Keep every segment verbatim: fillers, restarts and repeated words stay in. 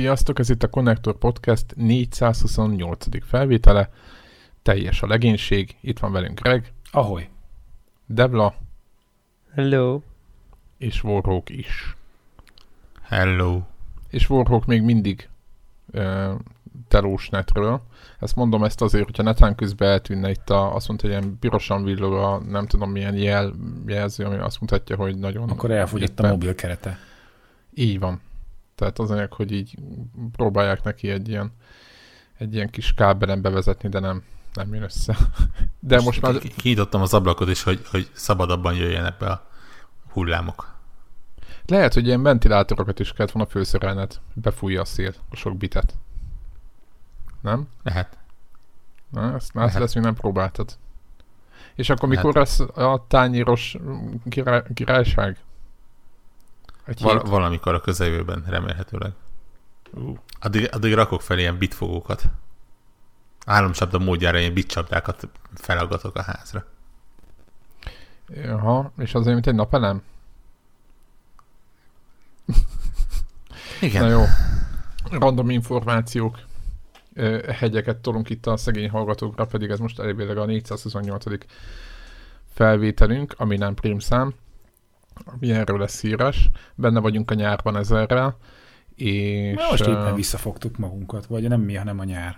Sziasztok, ez itt a Konnektor Podcast négyszázhuszonnyolcadik felvétele. Teljes a legénység. Itt van velünk Greg. Ahoy. Debla. Hello. És Warhawk is. Hello. És Warhawk még mindig uh, telós netről. Ezt mondom ezt azért, hogyha netán közben eltűnne itt a, azt mondta, hogy ilyen pirosan villog a nem tudom milyen jel, jelző, ami azt mutatja, hogy nagyon... Akkor elfogyott éppen a mobil kerete. Így van. Tehát az anyag, hogy így próbálják neki egy ilyen, egy ilyen kis kábelen bevezetni, de nem, nem jön össze. De most, most már... Kinyitottam az ablakot is, hogy, hogy szabadabban jöjjenek be a hullámok. Lehet, hogy ilyen ventilátorokat is kellett volna főszerelned. Befújja a szél, a sok bitet. Nem? Lehet. Na, ezt már Lehet. ezt még nem próbáltad. És akkor Lehet. mikor lesz a tányéros király, királyság? Val- valamikor a közeljövőben, remélhetőleg. Uh. Addig, addig rakok fel ilyen bitfogókat. Álomcsapda módjára ilyen bitcsapdákat felaggatok a házra. Aha, és azért, mint egy napelem? Igen. Na jó. Random információk. Hegyeket tolunk itt a szegény hallgatókra, pedig ez most elvileg a négyszázhuszonnyolcadik felvételünk, ami nem prímszám. Ami erről lesz híres. Benne vagyunk a nyárban ezerrel. És... Na, most éppen visszafogtuk magunkat, vagy nem mi, hanem a nyár.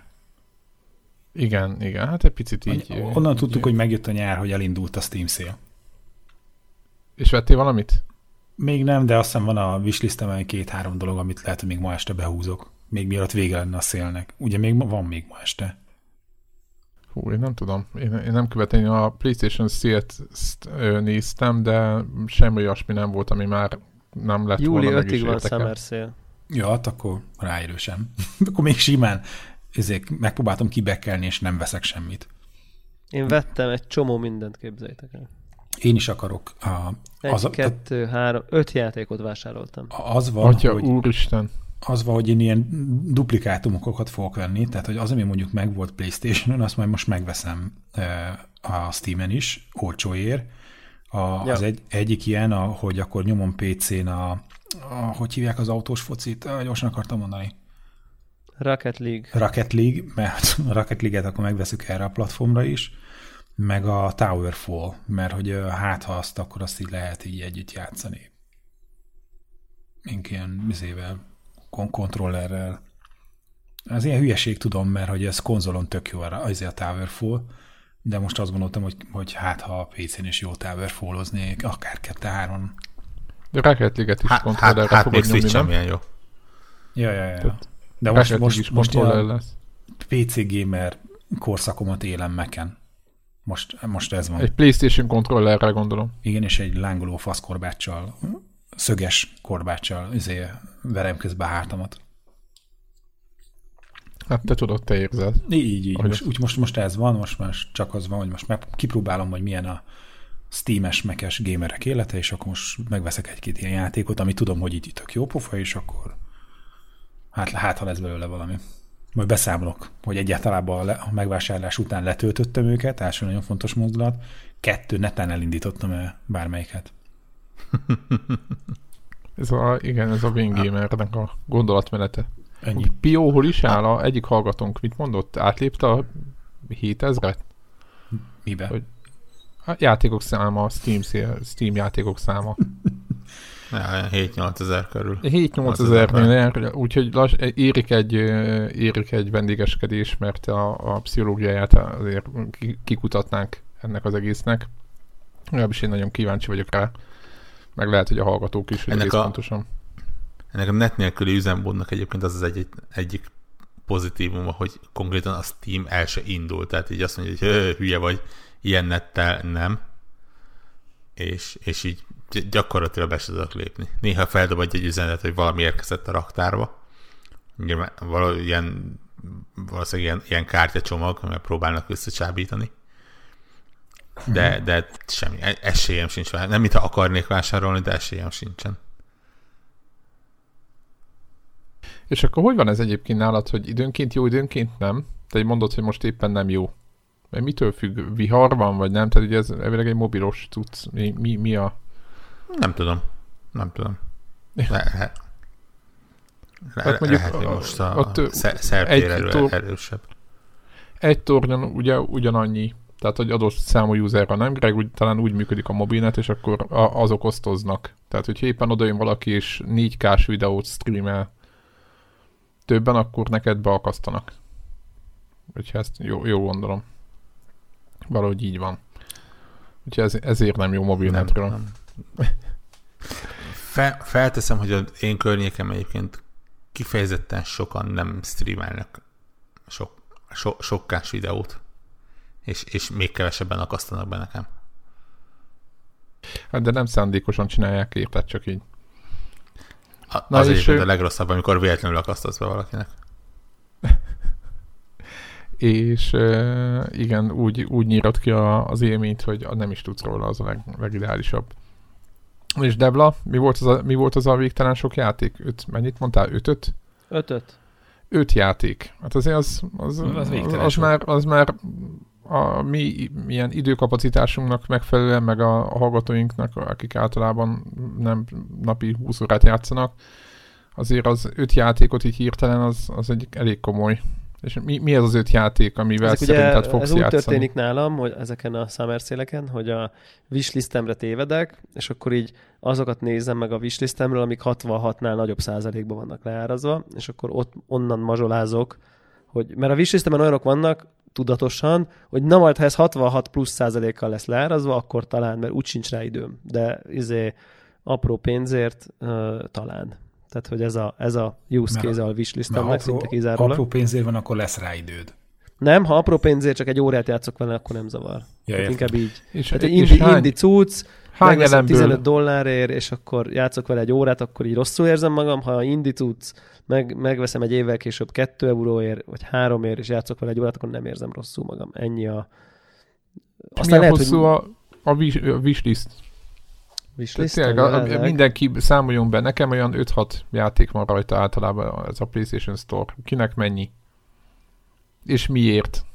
Igen, igen, hát egy picit így... Onnan így, tudtuk, hogy megjött a nyár, hogy elindult a Steam szél. És vettél valamit? Még nem, de azt hiszem van a wishlistemen két-három dolog, amit lehet, hogy még ma este behúzok. Még mielőtt vége lenne a szélnek. Ugye még van még ma este. Hú, én nem tudom. Én, én nem követem, én a PlayStation Sale-t néztem, de semmi olyasmi nem volt, ami már nem lett júli volna meg is ötödik van érdekel. Summer Sale. Ja, hát akkor ráérősem. Akkor még simán ezért megpróbáltam kibekkelni, és nem veszek semmit. Én vettem egy csomó mindent, képzeljétek el. Én is akarok. A, Egy, az, kettő, három, öt játékot vásároltam. Az van, Atya, hogy... úristen! Az van, hogy én ilyen duplikátumokat fogok venni, tehát hogy az, ami mondjuk meg volt PlayStation-on, azt majd most megveszem a Steam-en is, olcsóért. A, ja. Az egy, egyik ilyen, a, hogy akkor nyomom pé cén a, a, hogy hívják az autós focit? Gyorsan akartam mondani. Rocket League. Rocket League, mert a Rocket League-et akkor megveszük erre a platformra is, meg a Towerfall, mert hogy hát ha azt, akkor azt így lehet így együtt játszani. Mink ilyen vizével, kontrollerrel. Ez ilyen hülyeség, tudom, mert hogy ez konzolon tök jó, azért a Towerfall, de most azt gondoltam, hogy, hogy hát ha a pé cén is jó Towerfallozni, akár kettő-három. De Rocket League-et is hát, kontrollerre hát, fogod hát nyomni, nem? nem? Jó. Ja, ja, ja. Tehát de most, most, is most kontroller a lesz. pé cé gamer korszakomat élem Mac-en. Most, most ez van. Egy PlayStation kontrollerrel gondolom. Igen, és egy lángoló faszkorbáccsal, szöges korbáccsal azért verem közben a hátamat. Hát te tudod, te érzed. Így, így. Most, az... úgy most, most ez van, most már csak az van, hogy most meg kipróbálom, hogy milyen a Steam-es, Mac-es gamerek élete, és akkor most megveszek egy-két ilyen játékot, ami tudom, hogy így tök jó pofa, és akkor hát, hát ha lesz belőle valami. Majd beszámolok, hogy egyáltalán a, le, a megvásárlás után letöltöttem őket, első nagyon fontos mozdulat, kettő netán elindítottam el bármelyiket. ez a, igen, ez a Wingamernek a gondolatmenete. Ennyi. Pió, hol is áll? A egyik hallgatónk mit mondott? Átlépte a hétezret? Miben? Hogy a játékok száma, Steam, Steam játékok száma. hét-nyolc ezer körül. hét-nyolc ezernél, úgyhogy lass, érik, egy, érik egy vendégeskedés, mert a, a pszichológiáját azért kikutatnánk ennek az egésznek. Legalábbis én nagyon kíváncsi vagyok rá. Meg lehet, hogy a hallgatók is, hogy egész a, pontosan. Ennek a net nélküli üzemmódnak egyébként az az egy, egyik pozitívuma, hogy konkrétan a Steam el se indul. Tehát így azt mondja, hogy hülye vagy, ilyen nettel nem. És, és így gyakorlatilag be se tudok lépni. Néha feldobad egy üzenet, hogy valami érkezett a raktárba. Valami ilyen, valószínűleg ilyen, ilyen kártyacsomag, mert próbálnak összecsábítani. De, de semmi, esélyem sincs. Nem, mintha akarnék vásárolni, de esélyem sincsen. És akkor hogy van ez egyébként nálad, hogy időnként jó, időnként nem? Te mondod, hogy most éppen nem jó. Mert mitől függ? Vihar van, vagy nem? Tehát ugye ez elvileg egy mobilos tudsz. Mi, mi, mi a... Nem tudom. Nem tudom. Le- Hát mondjuk lehet, hogy most a, ott a szertér erő, tor- erősebb. Egy tornyon ugye ugyanannyi, tehát hogy adott számú userra nem, Greg, úgy, talán úgy működik a mobilnet, és akkor a, azok osztoznak. Tehát, hogyha éppen odajön valaki, és négy ká-s videót streamel többen, akkor neked beakasztanak. Úgyhogy ezt jó, jó gondolom. Valahogy így van. Úgyhogy ez, ezért nem jó mobilnetről. Nem, nem. Fel, felteszem, hogy az én környékem egyébként kifejezetten sokan nem streamelnek sok, so, sokkás videót, és, és még kevesebben akasztanak be nekem. Hát de nem szándékosan csinálják, érted, csak így. A, az egyébként ő... a legrosszabb, amikor véletlenül akasztasz be valakinek. És uh, igen, úgy, úgy nyírod ki a, az élményt, hogy nem is tudsz róla, az a leg, legideálisabb. És Debla, mi volt az a, mi volt az a végtelen sok játék? Öt, mennyit mondtál? Ötöt? Ötöt. Öt játék. Hát azért az, az, az, az, az, már, az már a mi ilyen időkapacitásunknak megfelelően, meg a, a hallgatóinknak, akik általában nem napi húsz órát játszanak, azért az öt játékot így hirtelen az, az egy elég komoly. És mi, mi ez az öt játék, amivel ezek szerinted ugye, fogsz ez játszani? Ez úgy történik nálam, hogy ezeken a summer sale-eken, hogy a wishlistemre tévedek, és akkor így azokat nézem meg a wishlistemről, amik hatvanhatnál nagyobb százalékban vannak leárazva, és akkor ott onnan mazsolázok, hogy, mert a wishlistemen olyanok vannak tudatosan, hogy na majd, ha ez hatvanhat plusz százalékkal lesz leárazva, akkor talán, mert úgy sincs rá időm. De izé apró pénzért uh, talán. Tehát, hogy ez a, ez a use case a wishlistemnek szinte kizárólag. Ha apró pénzért van, akkor lesz rá időd. Nem, ha apró pénzért csak egy órát játszok vele, akkor nem zavar. Ja, hát inkább így. És, hát és egy indi, hány, indi cucc, hány megveszem tizenöt dollárért, és akkor játszok vele egy órát, akkor így rosszul érzem magam. Ha indi cucc, meg, megveszem egy évvel később két euróért, vagy háromért, és játszok vele egy órát, akkor nem érzem rosszul magam. Ennyi a... Aztán milyen lehet, hosszú hogy... a, a, wish, a wishlist? Wishlist? Tényleg, a, a, mindenki számoljon be. Nekem olyan öt-hat játék van rajta általában ez a PlayStation Store. Kinek mennyi? És miért?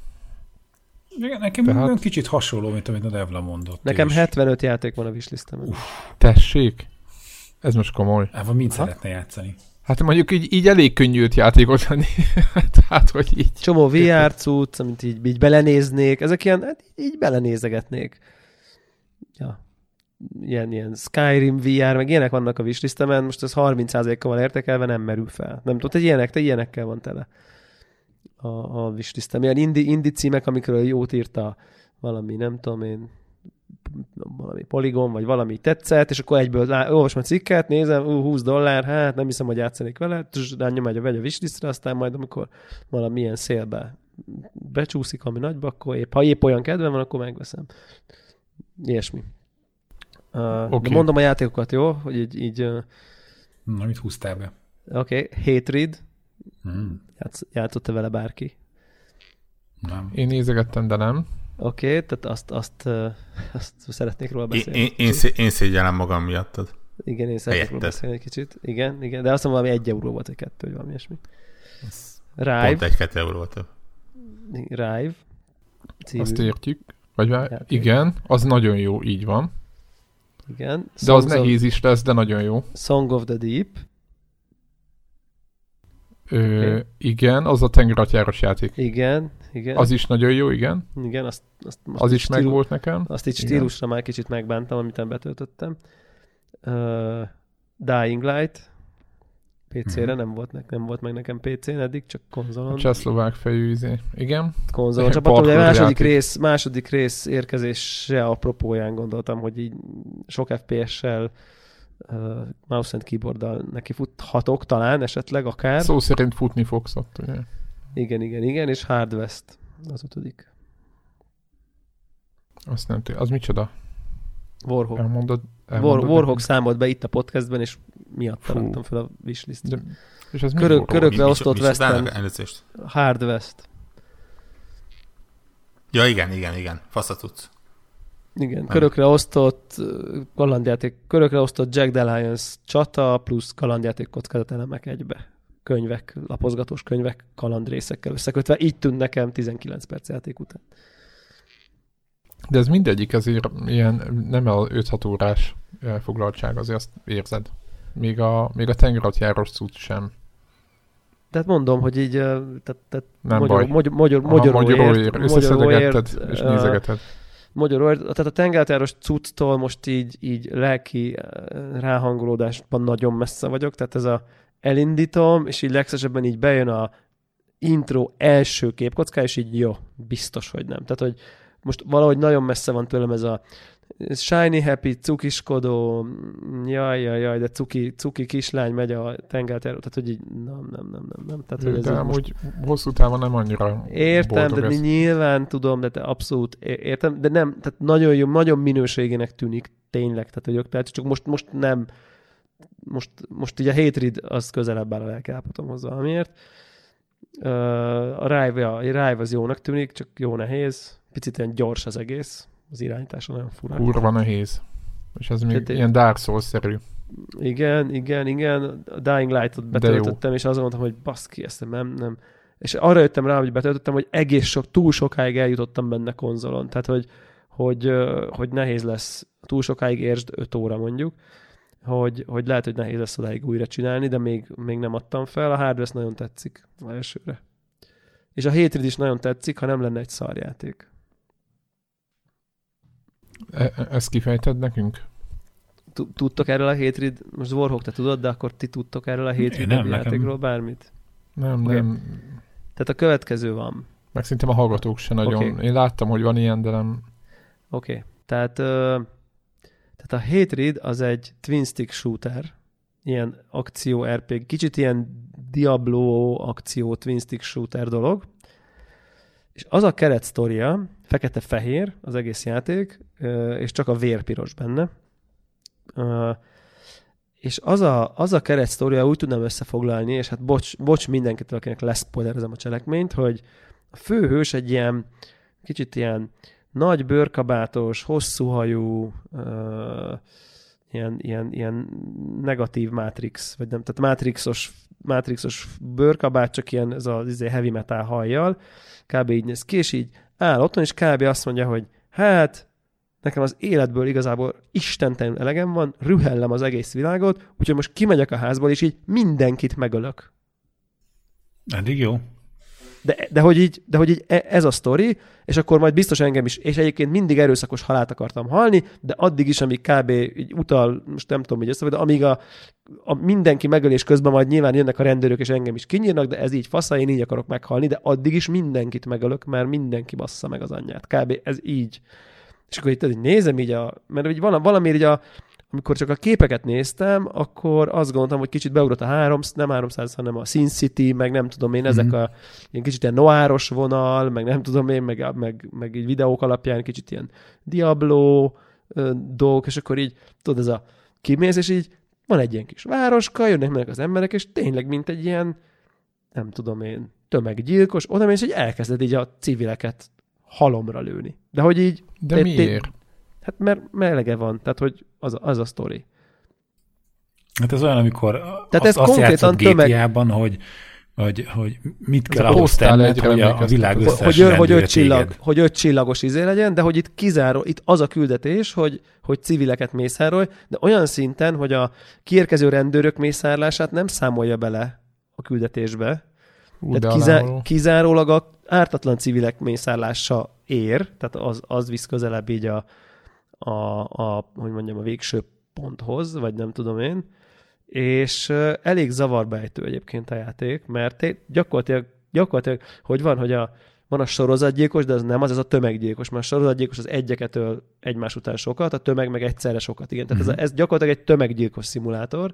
Nekem Tehát... kicsit hasonló, mint amit a Devla mondott. Nekem és... hetvenöt játék van a wishlistemben. Tessék? Ez most komoly. Hát, mind szeretne játszani. Hát mondjuk így, így elég könnyű öt játékot venni. Tehát, hogy így... Csomó vé er cucc, amit így, így belenéznék. Ezek ilyen, hát így belenézegetnék. Ja. Ilyen, ilyen Skyrim vé er, meg ilyenek vannak a wishlistemen, most ez harminc százalékkal van értékelve, nem merül fel. Nem tudod, hogy ilyenek, te ilyenekkel van tele a, a wishlistem. Ilyen indi, indi címek, amikről jót írta valami, nem tudom én, valami Polygon, vagy valami tetszett, és akkor egyből olvasom a cikket, nézem, ú, húsz dollár, hát nem hiszem, hogy játszanék vele, rányom egy a vegy a wishlistre, aztán majd amikor valamilyen szélbe becsúszik, ami nagyba, akkor épp, ha épp olyan kedvem van, akkor megveszem. Ilyesmi. Uh, okay. De mondom a játékokat, jó? Hogy így... így uh... Na, mit húztál be? Oké, okay. Hatred. Mm. Játsz, játszott-e vele bárki? Nem. Én nézegettem, de nem. Oké, okay, tehát azt, azt, uh, azt szeretnék róla beszélni. Én, én, szé- én szégyellem magam miattad. Igen, én szeretnék róla beszélni egy kicsit. Igen, igen, de azt mondom, valami egy euró volt, egy kettő, vagy valami ilyesmi. Rive. Pont egy-kettő euró volt. Rive. Című. Azt értjük. Vagy már, igen, az nagyon jó, így van. Igen. De Songs az nehéz of... is lesz, de nagyon jó. Song of the Deep. Ö, okay. Igen, az a tengeralattjáros játék. Igen, igen. Az is nagyon jó, igen. Igen, azt, azt az is stílu... meg volt nekem. Azt így stílusra már kicsit megbántam, amit nem betöltöttem. Uh, Dying Light. pé cére mm-hmm. nem volt, ne, nem volt meg nekem pé cén eddig, csak konzolon. A csehszlovák fejű izé. Igen. Konzolon csapatom, de második rész, második rész érkezése apropóján gondoltam, hogy így sok ef pé es-sel uh, mouse and keyboarddal neki futhatok talán, esetleg akár. Szó szerint futni fogsz ott, ugye? Igen, igen, igen, és Hard West az ötödik. Azt nem tudom. Az micsoda? Warhawk. Elmondod, elmondod War, Warhawk számolt be itt a podcastben, és miatt raktam fel a wishlistre. És ez Körök, körökre mi, osztott mi, Western. Elnézést. Hard West. Ja, igen, igen, igen. Fasz a tudsz. Igen, körökre osztott kalandjáték, körökre osztott Jack the Lions csata, plusz kalandjáték kockázatelemek egybe. Könyvek, lapozgatós könyvek kalandrészekkel összekötve. Így tűnt nekem tizenkilenc perc játék után. De ez mindegyik azért ilyen nem a öt-hat órás elfoglaltság, azért azt érzed. Még a, még a tengeralattjáros cucc sem. Tehát mondom, hogy így tehát, tehát nem magyar, baj. Magyar, magyar, magyaróért, összeszedegetted és nézegeted. Magyaróért, tehát a tengerjáros cucctól most így, így lelki ráhangolódásban nagyon messze vagyok, tehát ez a elindítom, és így legszesebben így bejön a intro első képkocká, és így jó, biztos, hogy nem. Tehát, hogy most valahogy nagyon messze van tőlem ez a shiny happy, cukiskodó, jaj, jaj, jaj, de cuki, cuki kislány megy a tengerjáró, tehát, hogy így nem, nem, nem, nem, nem. Tehát, hogy ez de amúgy most... hosszú távon nem annyira Értem, de ez. nyilván tudom, de te abszolút értem, de nem, tehát nagyon jó, nagyon minőségének tűnik tényleg, tehát, hogy tehát csak most, most nem, most, most így a Hatred az közelebb áll a lelkiállapotomhoz valamiért. A Rive, ja, a Rive az jónak tűnik, csak jó nehéz, picit ilyen gyors az egész, az irányítása nagyon fura. Kurva nehéz. És ez még Tehát ilyen Dark Souls-szerű. Igen, igen, igen. A Dying Light-ot betöltöttem, és azt mondtam, hogy baszki, ezt nem, nem. És arra jöttem rá, hogy betöltöttem, hogy egész sok, túl sokáig eljutottam benne konzolon. Tehát, hogy, hogy, hogy nehéz lesz, túl sokáig értsd öt óra mondjuk, hogy, hogy lehet, hogy nehéz lesz odáig újra csinálni, de még, még nem adtam fel. A Hardware nagyon tetszik az elsőre. És a Hatred is nagyon tetszik, ha nem lenne egy szarjáték. E- ezt kifejted nekünk? Tudtok erről a Hatred, most Warhawk te tudod, de akkor ti tudtok erről a Hatred nem, játékról nekem... bármit? Nem, Okay. nem. Tehát a következő van. Meg szerintem a hallgatók se nagyon. Okay. Én láttam, hogy van ilyen, de nem... Oké. Okay. Tehát, uh, tehát a Hatred az egy twin stick shooter, ilyen akció er pé gé, kicsit ilyen Diablo akció twin stick shooter dolog, és az a keret sztoria, fekete-fehér az egész játék, uh, és csak a vér piros benne. Uh, és az a, az a keret sztoria úgy tudnám összefoglalni, és hát bocs, bocs mindenkitől, akinek leszpoilerezem a cselekményt, hogy a főhős egy ilyen kicsit ilyen nagy bőrkabátos, hosszú hajú, uh, ilyen, ilyen, ilyen negatív Matrix, vagy nem, tehát Matrixos, Matrixos bőrkabát, csak ilyen ez az izé heavy metal hajjal, kb. Így néz ki, és így áll otthon, és kb. Azt mondja, hogy hát nekem az életből igazából istentelenül elegem van, rühellem az egész világot, úgyhogy most kimegyek a házból, és így mindenkit megölök. Eddig jó. De, de, hogy így, de hogy így ez a sztori, és akkor majd biztos engem is, és egyébként mindig erőszakos halált akartam halni, de addig is, amíg kb. Így utal, most nem tudom, hogy össze, de amíg a, a mindenki megölés közben majd nyilván jönnek a rendőrök, és engem is kinyírnak, de ez így fasza, én így akarok meghalni, de addig is mindenkit megölök, mert mindenki bassza meg az anyját. Kb. Ez így. És akkor itt így nézem így a, mert így valamiért így a, amikor csak a képeket néztem, akkor azt gondoltam, hogy kicsit beugrott a három, nem háromszáz, hanem a Sin City, meg nem tudom én, ezek a ilyen kicsit ilyen noiros vonal, meg nem tudom én, meg, meg, meg így videók alapján kicsit ilyen Diablo ö, dolgok, és akkor így, tudod, ez a kimész, és így van egy ilyen kis városka, jönnek mennek az emberek, és tényleg mint egy ilyen, nem tudom én, tömeggyilkos, oda mész, és így elkezded így a civileket halomra lőni. De hogy így... De te, miért? Te, hát mert melege van, tehát hogy az, az a sztori. Hát ez olyan, amikor tehát azt, ez azt játszott gé té á-ban, tömeg... hogy, hogy, hogy mit Ez kell a ahhoz tenned, egyre hogy a, a emlékeztet. világ Hogy- összes Hogy, hogy, hogy, rendőre öt csillag, téged. hogy öt csillagos izé legyen, de hogy itt kizáró, itt az a küldetés, hogy, hogy civileket mészárolj, de olyan szinten, hogy a kiérkező rendőrök mészárlását nem számolja bele a küldetésbe. Ú, de Tehát kizá, alávaló. kizárólag a ártatlan civilek mészárlása ér, tehát az, az visz közelebb így a, a, a, hogy mondjam, a végső ponthoz, vagy nem tudom én, és uh, elég zavarba ejtő egyébként a játék, mert gyakorlatilag, gyakorlatilag, hogy van, hogy a, van a sorozatgyilkos, de az nem az, ez a tömeggyilkos, mert a sorozatgyilkos az egyeket öl egymás után sokat, a tömeg meg egyszerre sokat, igen. Tehát uh-huh. ez, a, ez gyakorlatilag egy tömeggyilkos szimulátor,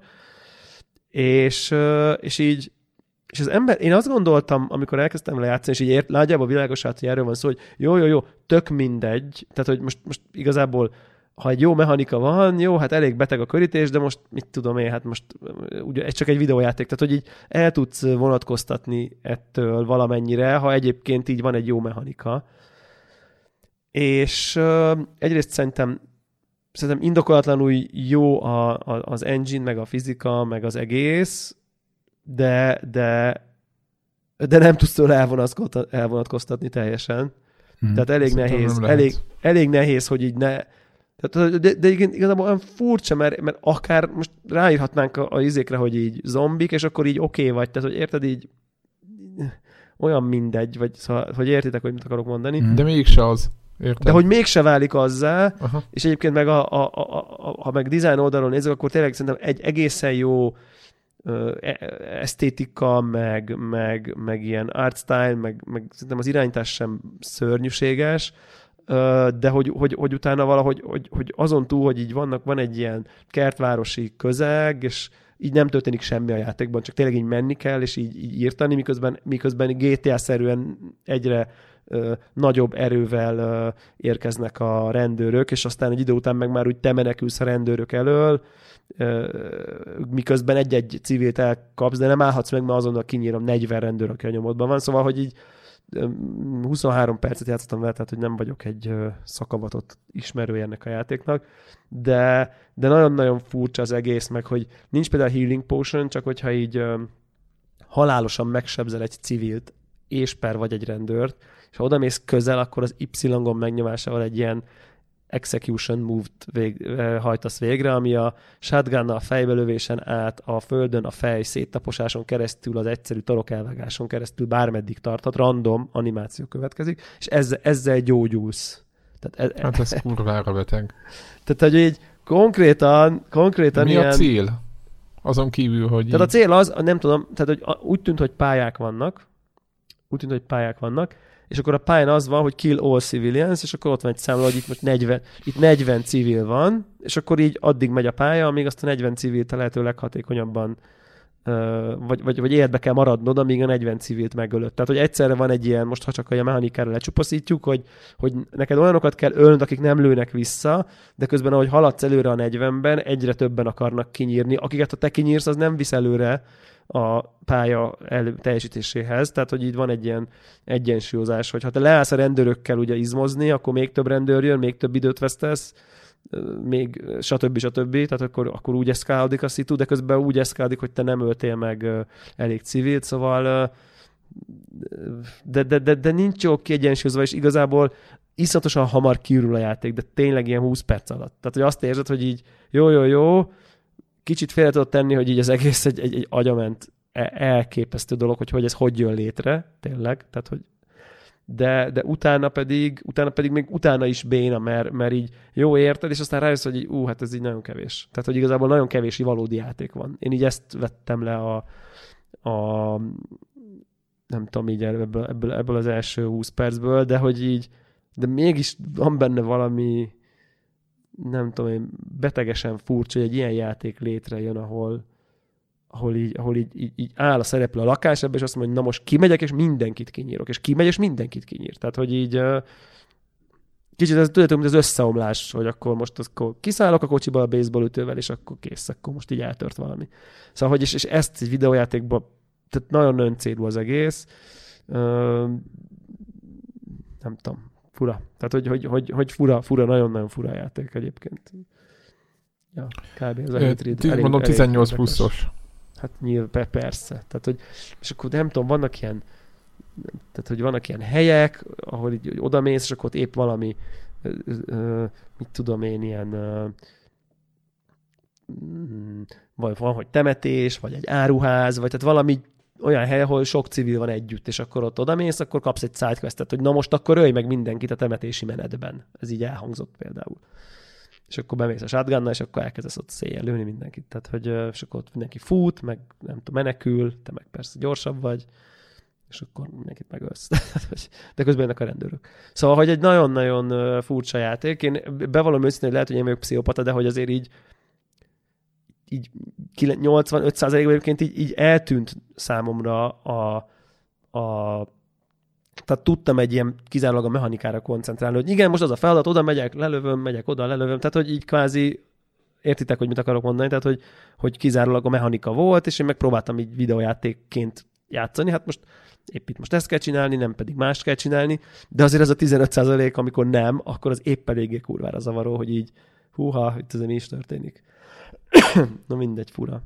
és, uh, és így és az ember, én azt gondoltam, amikor elkezdtem lejátszani, és így ért, nagyjából világos át, hogy erről van szó, hogy jó, jó, jó, tök mindegy, tehát hogy most, most igazából, ha egy jó mechanika van, jó, hát elég beteg a körítés, de most mit tudom én, hát most ugye ez csak egy videójáték, tehát hogy így el tudsz vonatkoztatni ettől valamennyire, ha egyébként így van egy jó mechanika. És uh, egyrészt szerintem szerintem indokolatlanul jó a, a, az engine, meg a fizika, meg az egész, de, de, de nem tudsz tőle elvonatkoztatni, elvonatkoztatni teljesen. Hmm. Tehát elég Szerintem nehéz, nem elég, lehet. elég nehéz, hogy így ne... Tehát, de, de igazából olyan furcsa, mert, mert akár most ráírhatnánk a, a izékre, hogy így zombik, és akkor így oké okay vagy, tehát hogy érted így, olyan mindegy, vagy szóval, hogy értitek, hogy mit akarok mondani. De mégse az. Értem. De hogy mégse válik azzá, Aha. és egyébként meg a, a, a, a, ha meg design oldalon nézzük, akkor tényleg szerintem egy egészen jó ö, esztétika, meg, meg, meg ilyen art style, meg, meg szerintem az irányítás sem szörnyűséges, ö, de hogy, hogy, hogy utána valahogy, hogy, hogy azon túl, hogy így vannak, van egy ilyen kertvárosi közeg, és így nem történik semmi a játékban, csak tényleg így menni kell, és így, így írtani, miközben, miközben gé té á-szerűen egyre ö, nagyobb erővel ö, érkeznek a rendőrök, és aztán egy idő után meg már úgy te menekülsz a rendőrök elől, ö, miközben egy-egy civilt elkapsz, de nem állhatsz meg, mert azonnal kinyírom negyven rendőr, aki a nyomodban van, szóval, hogy így ö, huszonhárom percet játszottam vele, tehát hogy nem vagyok egy ö, szakavatott ismerője ennek a játéknak, de, de nagyon-nagyon furcsa az egész, meg hogy nincs például healing potion, csak hogyha így ö, halálosan megsebzel egy civilt, és per vagy egy rendőrt, és ha odamész közel, akkor az Y-gomb megnyomásával egy ilyen execution move-t vég, hajtasz végre, ami a shotgunnal a fejbelövésen át a földön a fej széttaposáson keresztül, az egyszerű torokelvágáson keresztül bármeddig tarthat, random animáció következik, és ezzel, ezzel gyógyulsz. Tehát ez, hát ez kurvára beteg. Tehát, hogy így konkrétan, konkrétan mi ilyen... a cél? Azon kívül, hogy... Tehát így... a cél az, nem tudom, tehát hogy úgy tűnt, hogy pályák vannak, úgy tűnt, hogy pályák vannak, és akkor a pályán az van, hogy kill all civilians, és akkor ott van egy számla, hogy itt most negyven, itt negyven civil van, és akkor így addig megy a pálya, amíg azt a negyven civilt a lehető leghatékonyabban vagy, vagy, vagy életbe kell maradnod, amíg a negyven civilt megölött. Tehát, hogy egyszerre van egy ilyen, most ha csak a mechanikára lecsupaszítjuk, hogy, hogy neked olyanokat kell ölnöd, akik nem lőnek vissza, de közben, ahogy haladsz előre a negyvenben, egyre többen akarnak kinyírni. Akiket ha te kinyírsz, az nem visz előre a pálya elő, teljesítéséhez. Tehát, hogy így van egy ilyen egyensúlyozás, hogy ha te leállsz a rendőrökkel ugye izmozni, akkor még több rendőr jön, még több időt vesztesz, még stb. stb. Tehát akkor, akkor úgy eszkálódik a szitu, de közben úgy eszkálódik, hogy te nem öltél meg elég civilt, szóval de, de, de, de nincs jó kiegyensúlyozva, és igazából iszonyatosan hamar kiürül a játék, de tényleg ilyen húsz perc alatt. Tehát, hogy azt érzed, hogy így jó, jó, jó, kicsit félre tudod tenni, hogy így az egész egy, egy, egy agyament elképesztő dolog, hogy, hogy ez hogy jön létre, tényleg, tehát, hogy de, de utána pedig, utána pedig még utána is béna, mert, mert így jó érted, és aztán rájössz, hogy így, ú, hát ez így nagyon kevés. Tehát, hogy igazából nagyon kevés valódi játék van. Én így ezt vettem le a, a nem tudom, így ebből, ebből, ebből az első húsz percből, de hogy így, de mégis van benne valami, nem tudom én, betegesen furcsa, hogy egy ilyen játék létrejön, ahol ahol így, ahol így, így, így áll a szereplő a lakásában, és azt mondja, hogy na most kimegyek, és mindenkit kinyírok, és kimegy, és mindenkit kinyír. Tehát, hogy így uh, kicsit ez tudjátok, mint az összeomlás, hogy akkor most az, akkor kiszállok a kocsiba a baseballütővel, és akkor kész, akkor most így eltört valami. Szóval, hogy és, és ezt egy videójátékban, tehát nagyon öncélú az egész. Uh, nem tudom, fura. Tehát, hogy, hogy, hogy, hogy fura, fura, nagyon-nagyon fura játék egyébként. Ja, kb. Az elég, mondom, tizennyolc pluszos. Hát nyilván, persze. Tehát, hogy, és akkor nem tudom, vannak ilyen, tehát, hogy vannak ilyen helyek, ahol így odamész, és akkor ott épp valami, ö, ö, mit tudom én, ilyen, ö, vagy van, hogy temetés, vagy egy áruház, vagy tehát valami olyan hely, ahol sok civil van együtt, és akkor ott odamész, akkor kapsz egy sidequestet, hogy na most akkor ölj meg mindenkit a temetési menetben. Ez így elhangzott például. És akkor bemész a shotgunnal, és akkor elkezdesz ott széjjel lőni mindenkit. Tehát, hogy és akkor ott mindenki fut, meg nem tudom, menekül, te meg persze gyorsabb vagy, és akkor mindenkit megölsz. De közben jönnek a rendőrök. Szóval, hogy egy nagyon-nagyon furcsa játék. Én bevallom őszintén, hogy lehet, hogy én vagyok pszichopata, de hogy azért így így nyolcvanöt százalékban egyébként így, így eltűnt számomra a, a tehát tudtam egy ilyen kizárólag a mechanikára koncentrálni, hogy igen, most az a feladat, oda megyek, lelövöm, megyek oda, lelövöm, tehát hogy így kvázi értitek, hogy mit akarok mondani, tehát hogy, hogy kizárólag a mechanika volt, és én megpróbáltam így videójátékként játszani, hát most épp itt most ezt kell csinálni, nem pedig mást kell csinálni, de azért ez a tizenöt százalék, amikor nem, akkor az épp eléggé kurvára zavaró, hogy így húha, itt azért mi is történik. Na mindegy, fura.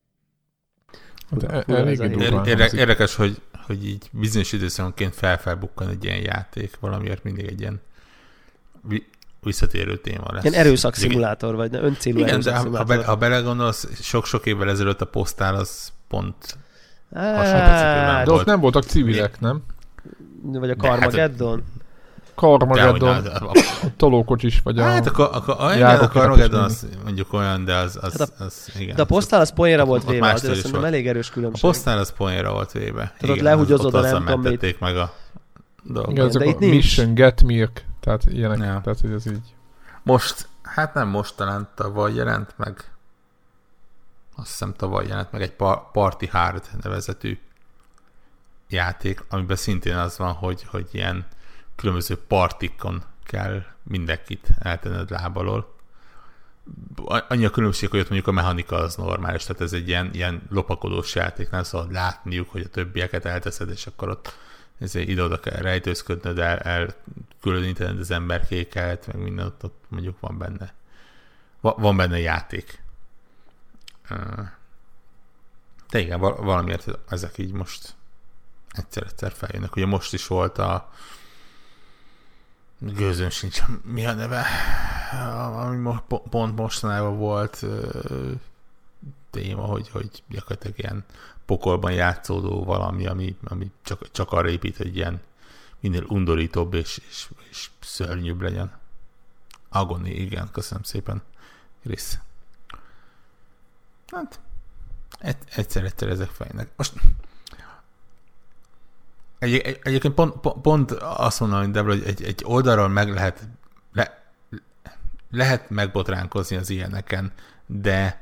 fura, fura Érdekes, érdekes, hogy hogy így bizonyos időszakonként fel-felbukkan egy ilyen játék, valamiért mindig egy ilyen visszatérő téma lesz. Ilyen erőszakszimulátor, vagy öncélú igen, erőszakszimulátor. Ha, be, ha belegondolsz, sok-sok évvel ezelőtt a posztál az pont Hát, de ott nem voltak civilek, nem? Vagy a Carmageddon? Carmageddon, a tolókocsis, vagy a... Hát akkor, akkor a, a Carmageddon az mondjuk olyan, de az, az, hát a, az igen. De a posztál az poénra volt ott véve, azért szerintem elég erős különbség. A posztál az poénra volt véve. Tehát ott lehúgyozod a nem tudom mit. Meg a dolgokat. Igen, ezek a Mission, Get Milk, tehát ilyenek, ja. Tehát hogy ez így... Most, hát nem most, talán tavaly jelent meg, azt hiszem tavaly jelent meg egy Party Hard nevezetű játék, amiben szintén az van, hogy, hogy ilyen különböző partikon kell mindenkit eltenned lábalól. Annyi a különbség, hogy ott mondjuk a mechanika az normális, tehát ez egy ilyen, ilyen lopakodós játék, nem szabad látniuk, hogy a többieket elteszed, és akkor ott ide-oda kell rejtőzködnöd, el, elkülönítened az emberkéket, meg minden ott, ott mondjuk van benne. Va, van benne játék. De igen, valamiért ezek így most egyszer-egyszer feljönnek. Ugye most is volt a gőzöm sincs, mi a neve, ami pont mostanában volt téma, hogy, hogy gyakorlatilag ilyen pokolban játszódó valami, ami, ami csak, csak arra épít, hogy ilyen minél undorítóbb és, és, és szörnyűbb legyen. Agony, igen, köszönöm szépen, Krisz. Hát, egyszer-egyszer ezek fejnek. Most egy, egy, egyébként pont, pont, pont azt mondom, hogy Debra, hogy egy, egy oldalról meg lehet le, lehet megbotránkozni az ilyeneken, de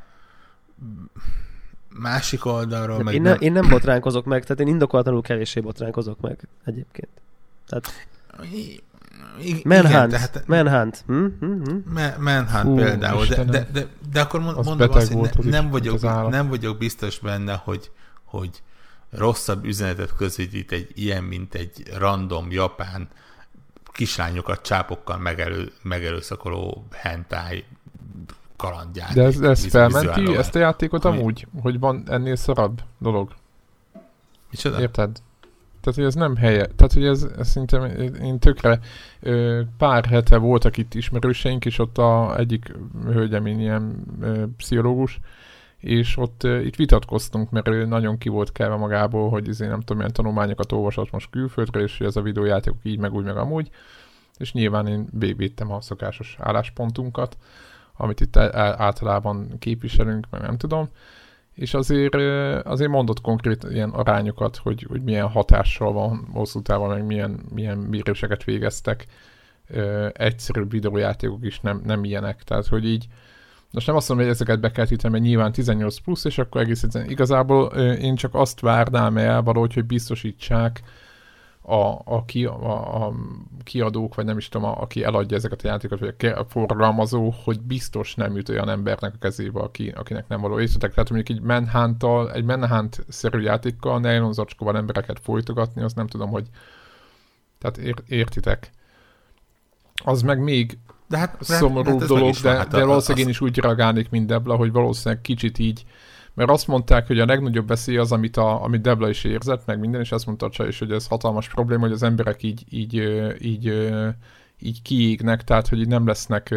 másik oldalról meg én, nem... Ne, én nem botránkozok meg, tehát én indokolatlanul kevéssé botránkozok meg egyébként. Tehát... I, I, Manhunt. Igen, tehát, Manhunt. Hm? Hm? Hm? Manhunt Hú, például, de, de, de, de akkor mond, mondom azt, hogy ne, nem, vagyok, nem vagyok biztos benne, hogy, hogy rosszabb üzenetet közvetít egy ilyen, mint egy random japán kislányokat csápokkal megelő, megerőszakoló hentai kalandjáték. De ez, ez felmenti ezt a játékot ami... amúgy, hogy van ennél szarabb dolog? Micsoda? Érted? Tehát, hogy ez nem helye. Tehát, hogy ez, ez szerintem én tökre ö, pár hete voltak itt ismerőseink, és ott a egyik hölgyem, én ilyen ö, pszichológus, és ott ö, itt vitatkoztunk, mert ő nagyon ki volt kelve magából, hogy izé, nem tudom, milyen tanulmányokat olvasott most külföldre, és hogy ez a videójátékok így, meg úgy, meg amúgy. És nyilván én védtem a szokásos álláspontunkat, amit itt általában képviselünk, meg nem tudom. És azért, azért mondott konkrét ilyen arányokat, hogy, hogy milyen hatással van hosszú távon, meg milyen, milyen méréseket végeztek. Egyszerűbb videójátékok is nem, nem ilyenek. Tehát, hogy így, most nem azt mondom, hogy ezeket be kell títeni, mert nyilván tizennyolc plusz, és akkor egész egyszerűen igazából én csak azt várnám el valahogy, hogy biztosítsák a, a, ki, a, a kiadók, vagy nem is tudom, a, aki eladja ezeket a játékokat, vagy a forgalmazó, hogy biztos nem jut olyan embernek a kezébe, aki, akinek nem való észretek. Tehát mondjuk egy Manhunt-tal, egy Manhunt-szerű játékkal nylon zacskóval embereket folytogatni, azt nem tudom, hogy tehát ér, értitek. Az meg még de hát, szomorúbb hát dolog, de, hát de valószínűleg én is úgy reagálnék, mint Debla, hogy valószínűleg kicsit így, mert azt mondták, hogy a legnagyobb veszély az, amit, a, amit Debla is érzett, meg minden, és azt mondta Csaj is, hogy ez hatalmas probléma, hogy az emberek így, így, így, így kiégnek, tehát, hogy így nem lesznek,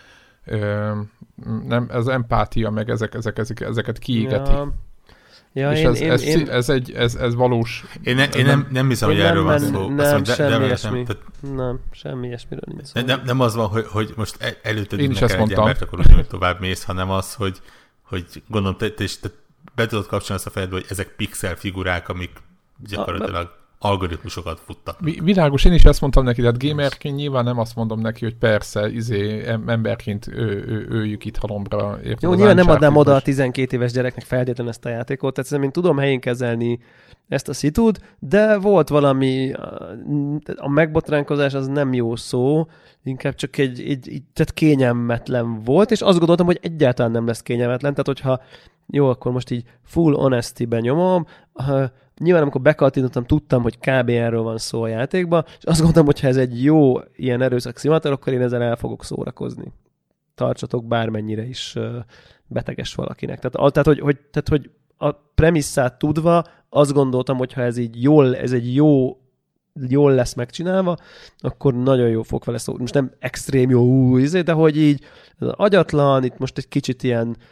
nem, ez empátia, meg ezek, ezek, ezek, ezeket kiégeti. Ja. Ja, és én, ez, én, ez, én, ez, egy, ez, ez valós. Én, ne, én nem, nem hiszem, hogy nem, erről van szó. Nem, nem de, semmi ilyesmi. Nem, nem, semmi ilyesmiről nincs szó. Nem, nem az van, hogy, hogy most előtted neked egy mondtam. embert, akkor úgy tovább mész, hanem az, hogy hogy gondolom, te, te, te be tudod kapcsolni azt a fejedbe, hogy ezek pixel figurák, amik gyakorlatilag algoritmusokat futtak. Világos, én is ezt mondtam neki, tehát gamerként nyilván nem azt mondom neki, hogy persze, izé, emberként ő, ő, őjük itt halomra. Jó, nyilván nem adnám oda a tizenkét éves gyereknek feltétlen ezt a játékot, tehát szerintem én tudom helyén kezelni ezt a szitút, de volt valami, a megbotránkozás az nem jó szó, inkább csak egy, egy, egy tehát kényelmetlen volt, és azt gondoltam, hogy egyáltalán nem lesz kényelmetlen, tehát hogyha jó, akkor most így full honesty-ben nyomom, uh, nyilván amikor bekattintottam, tudtam, hogy kb. Erről van szó a játékban, és azt gondoltam, hogy ha ez egy jó ilyen erőszak szimator, akkor én ezzel el fogok szórakozni. Tartsatok bármennyire is uh, beteges valakinek. Tehát, tehát, hogy, hogy, tehát, hogy a premisszát tudva azt gondoltam, hogy ha ez így jól, ez egy jó jól lesz megcsinálva, akkor nagyon jó fog vele szó. Most nem extrém jó, de hogy így ez agyatlan, itt most egy kicsit ilyen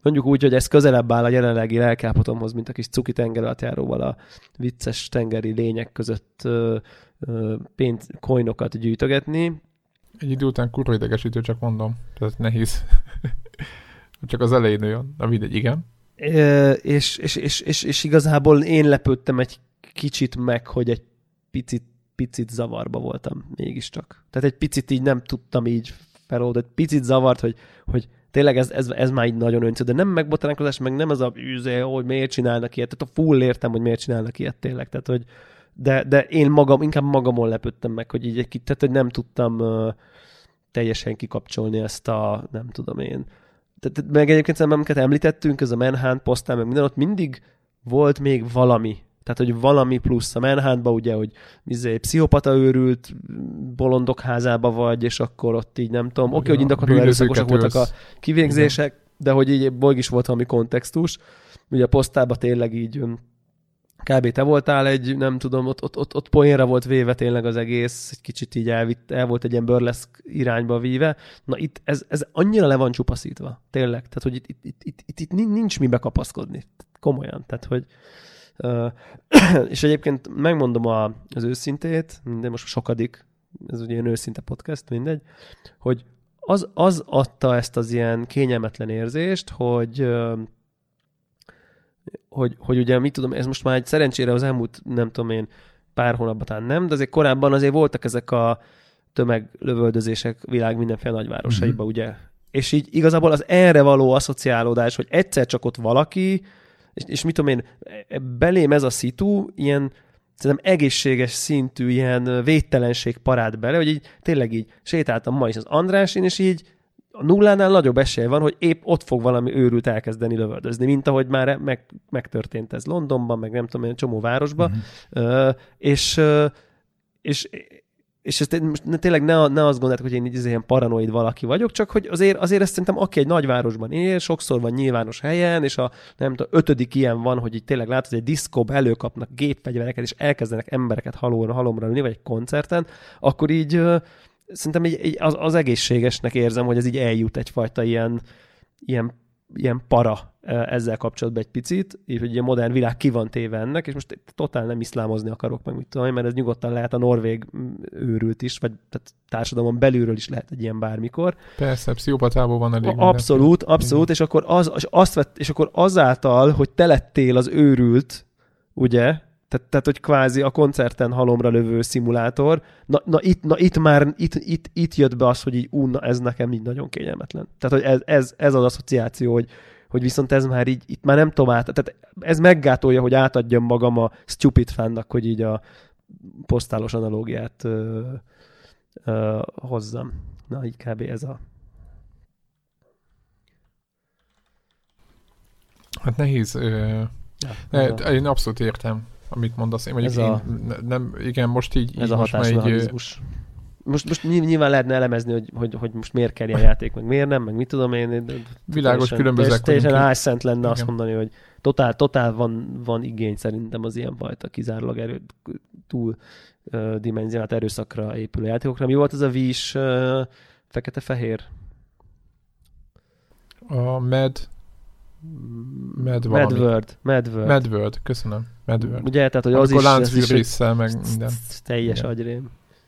Mondjuk úgy, hogy ez közelebb áll a jelenlegi lelkállapotomhoz, mint a kis cuki tengeralattjáróval a vicces tengeri lények között ö, ö, pénz, coinokat gyűjtögetni. Egy idő után kurva idegesítő, csak mondom. Tehát nehéz. Csak az elején olyan. Na mindegy, igen. É, és, és, és, és, és igazából én lepődtem egy kicsit meg, hogy egy picit, picit zavarba voltam mégiscsak. Tehát egy picit így nem tudtam így feloldani, egy picit zavart, hogy, hogy tényleg ez, ez, ez már így nagyon öncő, de nem megbotránkozás, meg nem az a üzé, hogy miért csinálnak ilyet. Tehát a full értem, hogy miért csinálnak ilyet tényleg. Tehát, hogy de, de én magam, inkább magamon lepődtem meg, hogy így egy kicsit, tehát, hogy nem tudtam uh, teljesen kikapcsolni ezt a, nem tudom én. Tehát, meg egyébként szerintem, amiket említettünk, ez a Manhunt, posztál, meg minden, ott mindig volt még valami. Tehát, hogy valami plusz a Manhuntba, ugye, hogy izé, pszichopata őrült bolondok házába vagy, és akkor ott így nem tudom. Oké, okay, hogy indokatlanul erőszakosak voltak a kivégzések, igen. De hogy így bolyg is volt valami kontextus. Ugye a posztálban tényleg így kb. Te voltál egy, nem tudom, ott, ott, ott, ott poénra volt véve tényleg az egész, egy kicsit így elvitt, el volt egy ilyen burleszk irányba víve. Na itt ez, ez annyira le van csupaszítva, tényleg. Tehát, hogy itt, itt, itt, itt, itt, itt nincs mibe kapaszkodni. Komolyan. Tehát, hogy uh, és egyébként megmondom a, az őszintét, de most sokadik, ez ugye ilyen őszinte podcast, mindegy, hogy az, az adta ezt az ilyen kényelmetlen érzést, hogy uh, Hogy, hogy ugye, mit tudom, ez most már egy szerencsére az elmúlt, nem tudom én, pár hónapban talán nem, de azért korábban azért voltak ezek a tömeglövöldözések világ mindenféle nagyvárosaiba, mm-hmm. ugye. És így igazából az erre való asszociálódás, hogy egyszer csak ott valaki, és, és mit tudom én, belém ez a szitu, ilyen szerintem egészséges szintű ilyen védtelenség parád bele, hogy így tényleg így sétáltam ma is az Andrásin, és így a nullánál nagyobb esély van, hogy épp ott fog valami őrült elkezdeni lövöldözni, mint ahogy már meg, megtörtént ez Londonban, meg nem tudom, egy csomó városban. Mm-hmm. Uh, és, uh, és, és ezt most tényleg ne, ne azt gondoljátok, hogy én így ilyen paranoid valaki vagyok, csak hogy azért, azért ezt szerintem aki egy nagyvárosban él, sokszor van nyilvános helyen, és a nem tudom, ötödik ilyen van, hogy így tényleg látod, hogy egy diszkóba előkapnak gépfegyvereket, és elkezdenek embereket halomra, halomra lőni, vagy egy koncerten, akkor így uh, szerintem így, így az, az egészségesnek érzem, hogy ez így eljut egyfajta ilyen, ilyen, ilyen para ezzel kapcsolatban egy picit, így, hogy a modern világ ki van téve ennek, és most totál nem iszlámozni akarok, meg mit tudom, mert ez nyugodtan lehet a norvég őrült is, vagy tehát társadalomon belülről is lehet egy ilyen bármikor. Persze, pszichopatából van elég. Abszolút, minden. abszolút, és akkor, az, és, azt vett, és akkor azáltal, hogy te lettél az őrült, ugye, Tehát, tehát, hogy kvázi a koncerten halomra lövő szimulátor, na, na, itt, na itt már itt, itt, itt jött be az, hogy így ú, na, ez nekem így nagyon kényelmetlen. Tehát, hogy ez, ez, ez az asszociáció, hogy, hogy viszont ez már így, itt már nem tudom át, tehát ez meggátolja, hogy átadjam magam a stupid fannak, hogy így a posztálos analógiát ö, ö, hozzam. Na, így kb. Ez a... Hát nehéz. Ö... Ja, ne, a... Én abszolút értem, amit mondasz. Én mondjuk a... én nem, igen, most így... Ez így a hatásmechanizmus. Most, most nyilván lehetne elemezni, hogy, hogy, hogy most miért kell ilyen játék, meg miért nem, meg mit tudom én. Világos, különbözőek. Teljesen álszent lenne igen. Azt mondani, hogy totál, totál van, van igény szerintem az ilyenfajta kizárólag erő, túl uh, dimenzionált erőszakra épülő játékokra. Mi volt az a Wii-s uh, fekete-fehér? A Med... Mad valami. Madworld. Madworld. Madworld, köszönöm. Madworld. Ugye, tehát, hogy az amikor is... láncfűrésszel, meg minden. Teljes igen. agyrém.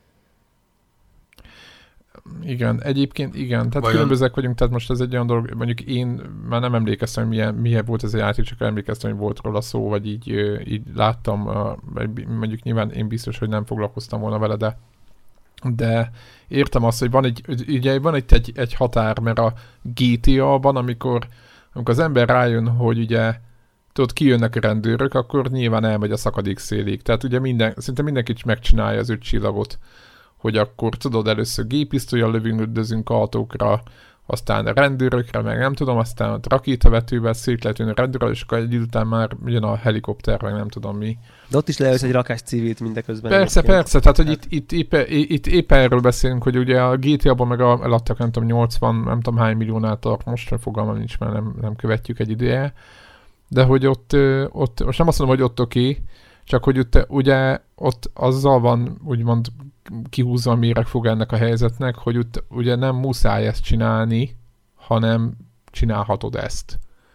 Igen, egyébként igen, tehát Vajon? különbözőek vagyunk, tehát most ez egy olyan dolog, mondjuk én már nem emlékeztem, hogy milyen, milyen volt ez a játék, csak emlékeztem, hogy volt róla szó, vagy így, így láttam, mondjuk nyilván én biztos, hogy nem foglalkoztam volna vele, de de értem azt, hogy van egy, ugye van itt egy, egy határ, mert a gé té á-ban, amikor amikor az ember rájön, hogy ugye tudod, kijönnek a rendőrök, akkor nyilván elmegy a szakadék szélig. Tehát ugye minden, szinte mindenki is megcsinálja az öt csillagot, hogy akkor tudod, először géppisztollyal lövünk autókra, aztán a rendőrökre, meg nem tudom, aztán a rakétavetővel szét lehet jönni a rendőrről, és akkor egy idő után már jön a helikopter, meg nem tudom mi. De ott is lehetsz egy rakás civilt mindeközben. Persze, egyébként. persze, tehát hogy itt, itt, épp, itt épp erről beszélünk, hogy ugye a gé té á-ban meg a, eladtak nem tudom nyolcvan, nem tudom hány milliónál tart, most fogalmam nincs, mert nem, nem követjük egy ideje, de hogy ott, ott, most nem azt mondom, hogy ott oké, okay, csak hogy ott, ugye ott azzal van úgymond kihúzva a méregfog ennek a helyzetnek, hogy ott ugye nem muszáj ezt csinálni, hanem csinálhatod ezt.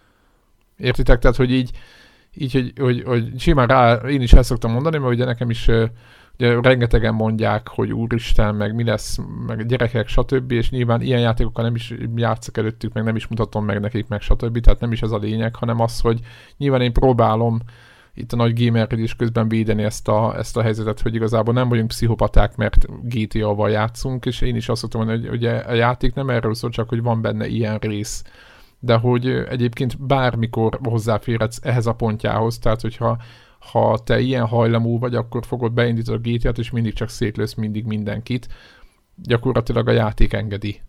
Értitek? Tehát, hogy így, így hogy, hogy, hogy simán rá, én is el szoktam mondani, mert ugye nekem is ugye rengetegen mondják, hogy úristen, meg mi lesz, meg gyerekek, stb. És nyilván ilyen játékokkal nem is játszok előttük, meg nem is mutatom meg nekik, meg stb. Tehát nem is ez a lényeg, hanem az, hogy nyilván én próbálom itt a nagy gamerrel is közben védeni ezt a, ezt a helyzetet, hogy igazából nem vagyunk pszichopaták, mert gé té á-val játszunk, és én is azt szoktam mondani, hogy ugye a játék nem erről szól, csak hogy van benne ilyen rész, de hogy egyébként bármikor hozzáférhetsz ehhez a pontjához, tehát hogyha ha te ilyen hajlamú vagy, akkor fogod beindítani a gé té á-t, és mindig csak szétlősz mindig mindenkit. Gyakorlatilag a játék engedi.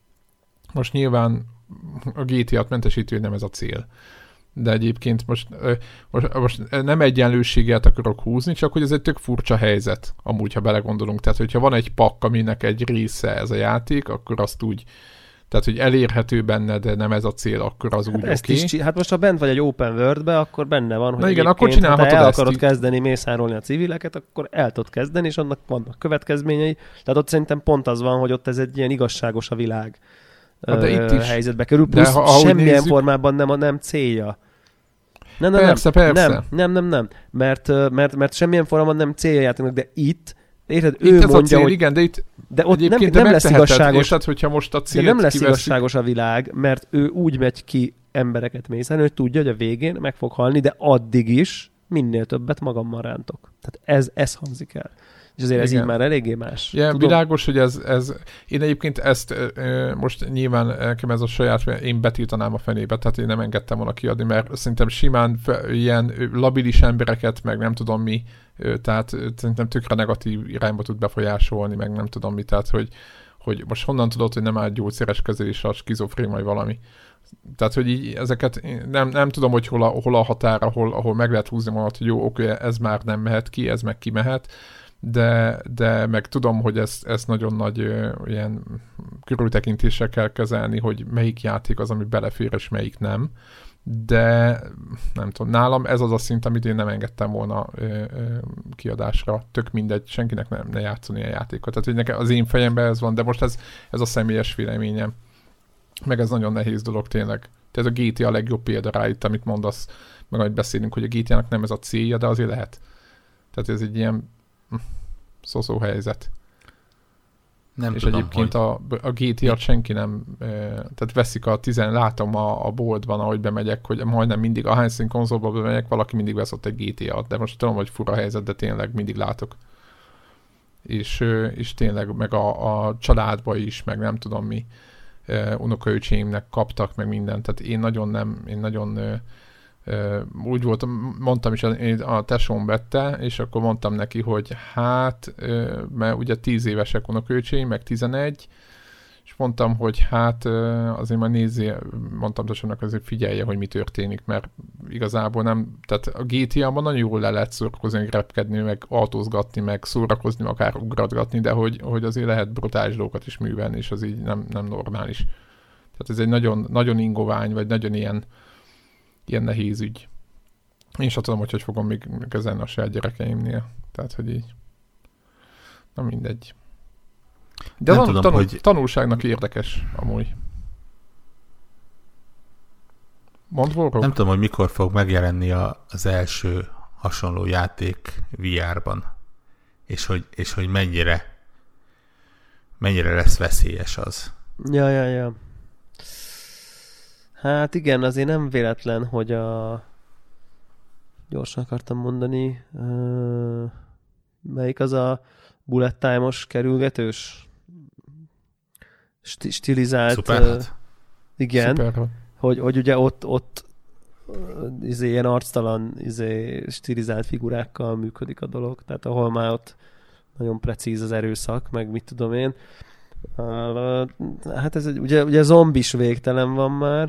Most nyilván a gé té á-t mentesítő nem ez a cél. De egyébként most, most, most nem egyenlőséget akarok húzni, csak hogy ez egy tök furcsa helyzet, amúgy, ha belegondolunk. Tehát, hogyha van egy pakk, aminek egy része ez a játék, akkor azt úgy, tehát, hogy elérhető benne, de nem ez a cél, akkor az hát úgy oké. Okay. Hát most, ha bent vagy egy open world-be, akkor benne van, hogy na igen, akkor csinálhatod ha el ezt akarod így. kezdeni mészárolni a civileket, akkor el tudod kezdeni, és annak vannak következményei. Tehát ott szerintem pont az van, hogy ott ez egy ilyen igazságos a világ hát de itt is helyzetbe kerül, plusz ha, semmilyen nézzük, formában nem a nem célja. Nem, nem, persze, nem, persze. Nem, nem, nem, nem. Mert, mert, mert semmilyen formában nem célja játéknak, de itt, érted, itt ő ez mondja, cél, hogy... igen, de itt de ott nem, nem lesz igazságos, érted, hogyha most a célt de nem lesz kiveszik. igazságos a világ, mert ő úgy megy ki embereket mészárni, hogy tudja, hogy a végén meg fog halni, de addig is minél többet magammal rántok. Tehát ez, ez hangzik el. És azért ez igen. így már eléggé más. Ja, tudom. Világos, hogy ez, ez... Én egyébként ezt e, most nyilván nekem ez a saját, én betiltanám a fenébe, tehát én nem engedtem volna kiadni, mert szerintem simán fe, ilyen labilis embereket, meg nem tudom mi, tehát szerintem tökre negatív irányba tud befolyásolni, meg nem tudom mi, tehát hogy, hogy most honnan tudod, hogy nem áll gyógyszeres kezelés a skizofrén vagy valami. Tehát, hogy így ezeket nem, nem tudom, hogy hol a, hol a határ, ahol, ahol meg lehet húzni magad, hogy jó, oké, ez már nem mehet ki, ez meg kimehet, de, de meg tudom, hogy ezt, ezt nagyon nagy ö, ilyen körültekintéssel kell kezelni, hogy melyik játék az, ami belefér, és melyik nem. De nem tudom, nálam ez az a szint, amit én nem engedtem volna ö, ö, kiadásra. Tök mindegy, senkinek nem, ne játszani a játékot. Tehát, hogy nekem az én fejemben ez van, de most ez, ez a személyes véleményem. Meg ez nagyon nehéz dolog tényleg. Tehát a gé té á a legjobb példa rá itt, amit mondasz, meg amit beszélünk, hogy a gé té á-nak nem ez a célja, de azért lehet. Tehát ez egy ilyen szoszó helyzet. Nem és tudom, egyébként hogy... a, a gé té á-t senki nem, e, tehát veszik a tizen, látom a, a boltban, ahogy bemegyek, hogy majdnem mindig, ahányszín konzolba bemegyek, valaki mindig vesz ott egy gé té á-t, de most tudom, hogy fura helyzet, de tényleg mindig látok. És, és tényleg meg a, a családba is, meg nem tudom mi, uh, unokaöcséimnek kaptak, meg mindent, tehát én nagyon nem, én nagyon uh, uh, úgy voltam, mondtam is, én a tesóm vette, és akkor mondtam neki, hogy hát, uh, mert ugye tíz évesek unokaöcséim, meg tizenegy, és mondtam, hogy hát uh, azért már nézzé, mondtam tesómnak, azért figyelje, hogy mi történik, mert igazából nem, tehát a gé té á-ban nagyon jól le lehet szórakozni, repkedni, meg autózgatni, meg szórakozni, akár ugratgatni, de hogy, hogy azért lehet brutális dolgokat is művelni, és az így nem, nem normális. Tehát ez egy nagyon, nagyon ingovány, vagy nagyon ilyen, ilyen nehéz ügy. Én sem tudom, hogy hogy fogom még kezelni a saját gyerekeimnél. Tehát, hogy így. Na mindegy. De nem a tudom, tanul, hogy... tanulságnak érdekes, amúgy. Mondd volna? Nem tudom, hogy mikor fog megjelenni a, az első hasonló játék vé er-ban. És hogy, és hogy mennyire mennyire lesz veszélyes az. Ja, ja, ja. Hát igen, azért nem véletlen, hogy a... Gyorsan akartam mondani. Uh... Melyik az a bullet time-os kerülgetős? Sti- stilizált... Superhot? Uh... Igen. Superhot. Hogy, hogy ugye ott, ott izé, ilyen arctalan izé, stilizált figurákkal működik a dolog. Tehát ahol már ott nagyon precíz az erőszak, meg mit tudom én. Uh, hát ez egy, ugye, ugye zombis végtelen van már.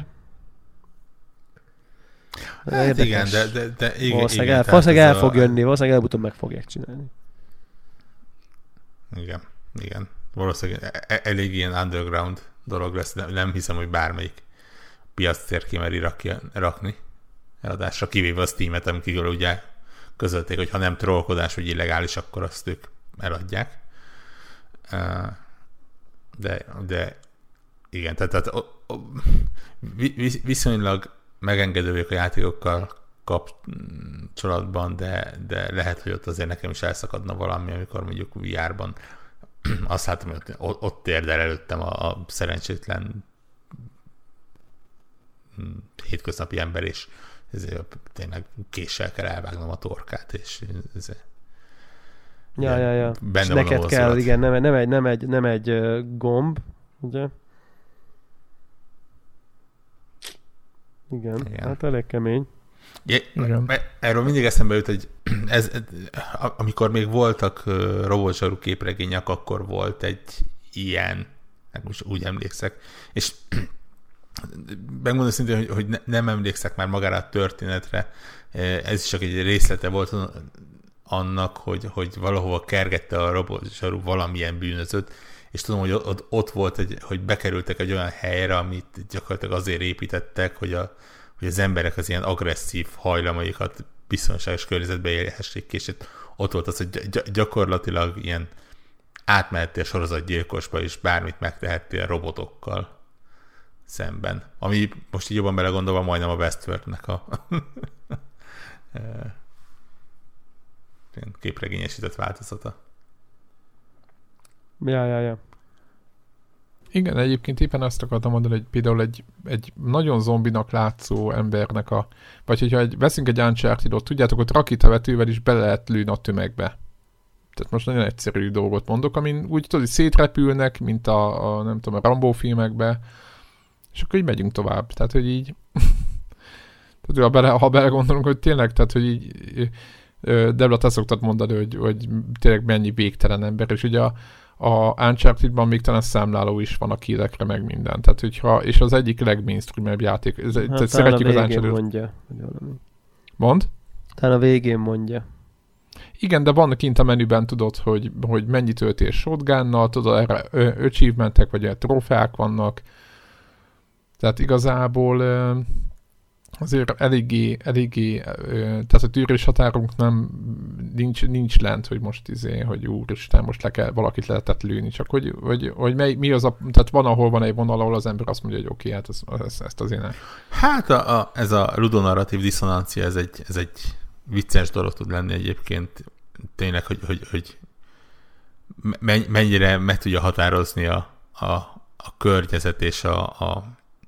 Hát igen, de, de, de igen, valószínűleg igen, el, valószínűleg el a... fog jönni, valószínűleg előbb-utóbb meg fogják csinálni. Igen, igen. Valószínűleg elég ilyen underground dolog lesz, nem, nem hiszem, hogy bármelyik piac térkimeri rakja, rakni eladásra, kivéve a Steam-et, amikor ugye közölték, hogy ha nem trollkodás vagy illegális, akkor azt ők eladják. De, de igen, tehát, tehát viszonylag megengedő vagyok a játékokkal kapcsolatban, de, de lehet, hogy ott azért nekem is elszakadna valami, amikor mondjuk vé er-ban azt látom, hogy ott, ott térdel előttem a, a szerencsétlen hétköznapi ember, és ezért tényleg késsel kell elvágnom a torkát, és ez, ja, ja, ja. Benne és neked kell, mozdulat. igen, nem, nem, egy, nem, egy, nem egy uh, gomb, ugye? Igen, igen, hát elég kemény. Ja, erről mindig eszembe jut, hogy ez, amikor még voltak uh, robotzsarú képregények, akkor volt egy ilyen, hát most úgy emlékszek, és megmondom szintén, hogy, hogy ne, nem emlékszek már magára a történetre, ez is csak egy részlete volt annak, hogy, hogy valahova kergette a robotzsarú valamilyen bűnözőt, és tudom, hogy ott, ott volt, egy, hogy bekerültek egy olyan helyre, amit gyakorlatilag azért építettek, hogy, a, hogy az emberek az ilyen agresszív hajlamaikat biztonságos környezetbe élhessék, és ott volt az, hogy gyakorlatilag ilyen átmehettél sorozatgyilkosba, és bármit megtehettél robotokkal szemben. Ami most így jobban belegondolva majdnem a Westworldnek a képregényesített változata. Ja, ja, ja. Igen, egyébként éppen azt akartam mondani, hogy például egy, egy nagyon zombinak látszó embernek a... Vagy hogyha egy, veszünk egy Uncharted-ot, tudjátok, ott rakétavetővel is bele lehet lőni a tömegbe. Tehát most nagyon egyszerű dolgot mondok, amin úgy tudod, hogy szétrepülnek, mint a, a nem tudom, a Rambo filmekbe, és akkor így megyünk tovább. Tehát, hogy így... tehát, ha, bele, ha belegondolunk, hogy tényleg, tehát, hogy így... Debla, te szoktad mondani, hogy, hogy tényleg mennyi végtelen ember, és ugye a, a Uncharted-ban még talán számláló is van a killekre, meg minden. Tehát, hogyha, és az egyik legmainstreamebb játék. Ez, hát, tehát szeretjük az Uncharted-ot. Mondja. Mond? Talán a végén mondja. Igen, de van kint a menüben, tudod, hogy, hogy mennyi töltés shotgunnal, tudod, erre achievementek, vagy trófeák vannak. Tehát igazából azért eléggé, eléggé tehát a tűrés határunk nem, nincs, nincs lent, hogy most izé, hogy úristen, most le kell, valakit lehetett lőni, csak hogy, hogy, hogy mely, mi az a, tehát van, ahol van egy vonal, ahol az ember azt mondja, hogy oké, okay, hát ez, ez, ezt azért nem. Hát a, a, ez a ludonarratív diszonancia, ez egy, ez egy vicces dolog tud lenni egyébként, tényleg, hogy, hogy, hogy mennyire meg tudja határozni a, a, a környezet és a, a,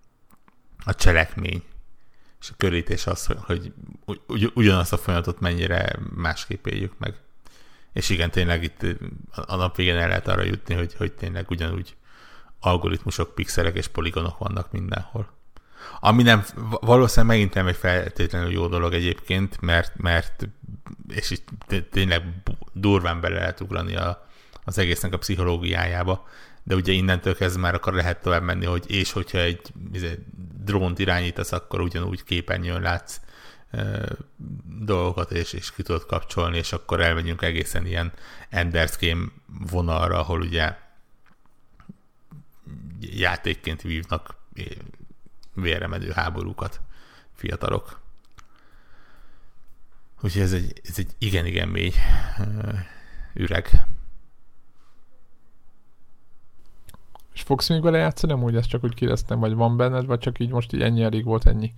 a cselekmény. És a körítés az, hogy ugy, ugyanazt a folyamatot mennyire másképp éljük meg. És igen, tényleg itt a nap végén el lehet arra jutni, hogy, hogy tényleg ugyanúgy algoritmusok, pixelek és poligonok vannak mindenhol. Ami nem, valószínűleg megint nem egy feltétlenül jó dolog egyébként, mert, mert és itt tényleg durván bele lehet ugrani a, az egésznek a pszichológiájába, de ugye innentől kezdve már akkor lehet tovább menni, hogy és hogyha egy drónt irányítasz, akkor ugyanúgy képernyőn látsz e, dolgokat, és, és ki tudod kapcsolni, és akkor elmegyünk egészen ilyen Ender's Game vonalra, ahol ugye játékként vívnak vérremedő háborúkat fiatalok. Úgyhogy ez egy, ez egy igen-igen mély uh, üreg. És fogsz még vele játszani? Amúgy ezt csak úgy kérdeztem, vagy van benned, vagy csak így most így ennyi elég volt ennyi?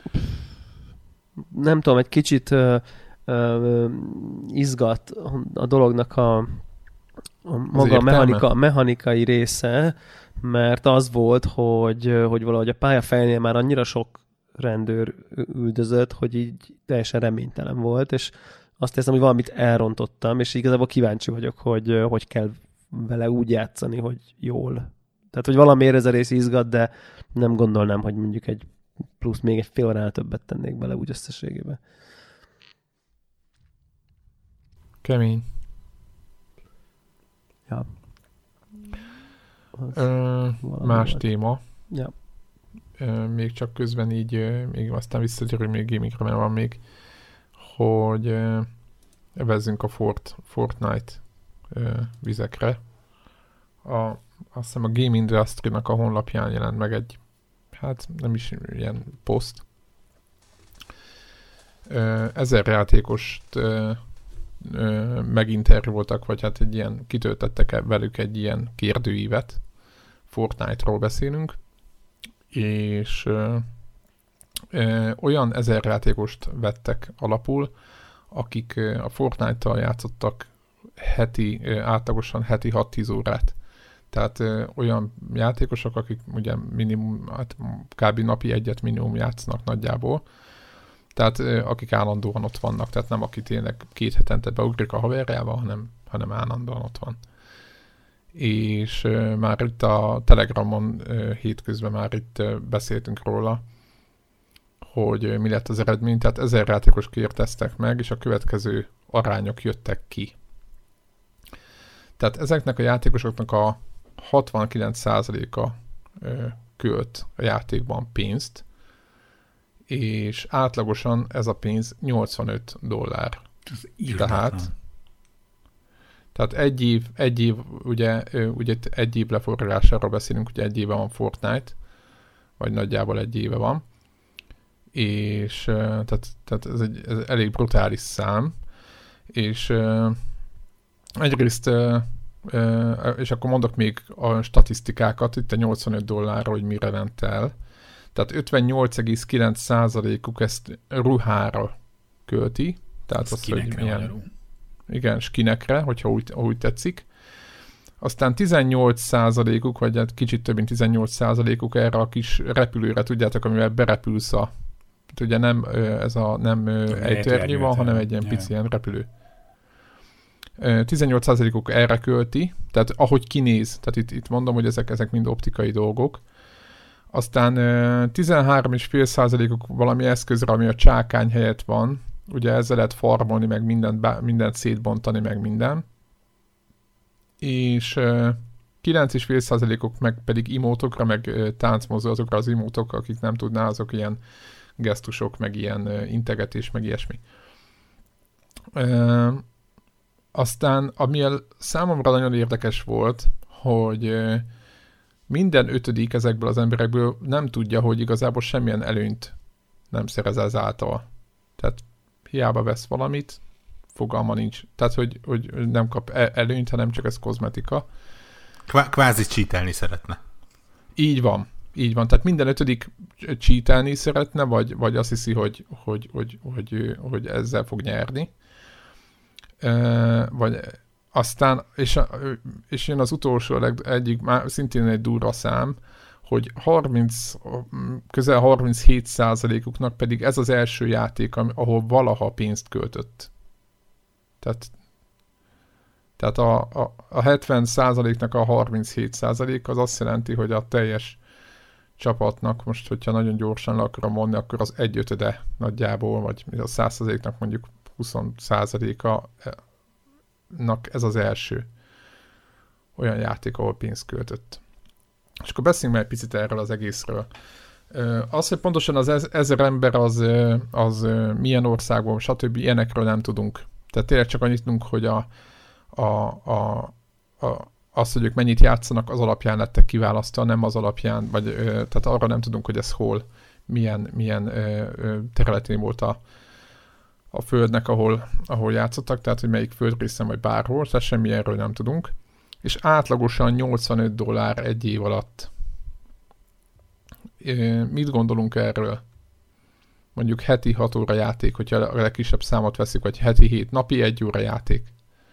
Nem tudom, egy kicsit uh, uh, izgat a dolognak a, a maga a mechanika, mechanikai része, mert az volt, hogy, hogy valahogy a pályafejnél már annyira sok rendőr üldözött, hogy így teljesen reménytelen volt, és azt hiszem, hogy valamit elrontottam, és igazából kíváncsi vagyok, hogy hogy kell vele úgy játszani, hogy jól. Tehát, hogy valamiért ez a rész izgat, de nem gondolnám, hogy mondjuk egy plusz még egy fél óránál többet tennék bele úgy összességében. Kemény. Ja. Ö, más volt. Téma. Ja. Ö, még csak közben így, ö, még aztán visszatérünk még gamingre, mert van még, hogy ö, evezzünk a Fort, Fortnite ö, vizekre. A, azt hiszem a Game Industry-nak a honlapján jelent meg egy, hát nem is ilyen poszt. Ö, ezer játékost ö, ö, meginterjúoltak, vagy hát egy ilyen, kitöltettek velük egy ilyen kérdőívet. Fortnite-ról beszélünk, és ö, ö, olyan ezer játékost vettek alapul, akik ö, a Fortnite-tal játszottak heti, ö, átlagosan heti hat-tíz órát. Tehát ö, olyan játékosok, akik ugye minimum, hát kb. Napi egyet minimum játszanak nagyjából, tehát ö, akik állandóan ott vannak, tehát nem aki tényleg két hetente beugrik a haverjával, hanem, hanem állandóan ott van. És ö, már itt a Telegramon ö, hétközben már itt ö, beszéltünk róla, hogy ö, mi lett az eredmény, tehát ezer játékos kérteztek meg, és a következő arányok jöttek ki. Tehát ezeknek a játékosoknak a hatvankilenc százaléka ö, költ a játékban pénzt, és átlagosan ez a pénz nyolcvanöt dollár. Ez tehát, tehát egy év, egy év, ugye, ugye egy év leforrásáról beszélünk, ugye egy éve van Fortnite, vagy nagyjából egy éve van, és tehát, tehát ez egy ez elég brutális szám, és egyrészt, és akkor mondok még a statisztikákat, itt a nyolcvanöt dollárra, hogy mire ment el. Tehát ötvennyolc egész kilenc százalékuk ezt ruhára költi. Tehát az, hogy milyen, igen, skinekre, hogyha úgy, úgy tetszik. Aztán tizennyolc százalékuk, vagy hát kicsit több mint tizennyolc százalékuk erre a kis repülőre, tudjátok, amivel berepülsz a, ugye nem ez a nem ejtőernyő van, hanem egy ilyen pici ilyen repülő. tizennyolc százalékuk erre költi, tehát ahogy kinéz, tehát itt, itt mondom, hogy ezek, ezek mind optikai dolgok. Aztán tizenhárom egész öt százalékuk valami eszközre, ami a csákány helyett van, ugye ezzel lehet farmolni, meg mindent, mindent szétbontani, meg minden. És kilenc egész öt százalékuk meg pedig imótokra, meg táncmozó azokra az imótok, akik nem tudná, azok ilyen gesztusok, meg ilyen integetés, meg ilyesmi. Aztán, ami számomra nagyon érdekes volt, hogy minden ötödik ezekből az emberekből nem tudja, hogy igazából semmilyen előnyt nem szerez ezáltal. Tehát hiába vesz valamit, fogalma nincs. Tehát, hogy, hogy nem kap előnyt, hanem csak ez kozmetika. Kvá- kvázi cheatelni szeretne. Így van. Így van. Tehát minden ötödik cheatelni szeretne, vagy, vagy azt hiszi, hogy, hogy, hogy, hogy, hogy ezzel fog nyerni. Uh, vagy aztán, és, és jön az utolsó, egyik, már szintén egy durva szám, hogy harminc, közel harminchét százalékuknak pedig ez az első játék, ahol valaha pénzt költött. Tehát, tehát a, a, a hetven százaléknak a harminchét százalék az azt jelenti, hogy a teljes csapatnak, most hogyha nagyon gyorsan le akarom mondani, akkor az egy ötöde nagyjából, vagy a száz százaléknak mondjuk húsz százaléka ez az első olyan játék, ahol pénzt költött. És akkor beszéljünk már egy picit erről az egészről. Az, hogy pontosan az ezer ember az, az milyen országban, stb. Ilyenekről nem tudunk. Tehát tényleg csak annyit tudunk, hogy a, a, a, a, az, hogy ők mennyit játszanak, az alapján lettek kiválasztva, nem az alapján, vagy tehát arra nem tudunk, hogy ez hol, milyen, milyen területén volt a a földnek, ahol, ahol játszottak, tehát hogy melyik földrészen, vagy bárhol, tehát semmi erről nem tudunk. És átlagosan nyolcvanöt dollár egy év alatt. Mit gondolunk erről? Mondjuk heti hat óra játék, hogyha a legkisebb számot veszik, vagy heti hét, napi egy óra játék.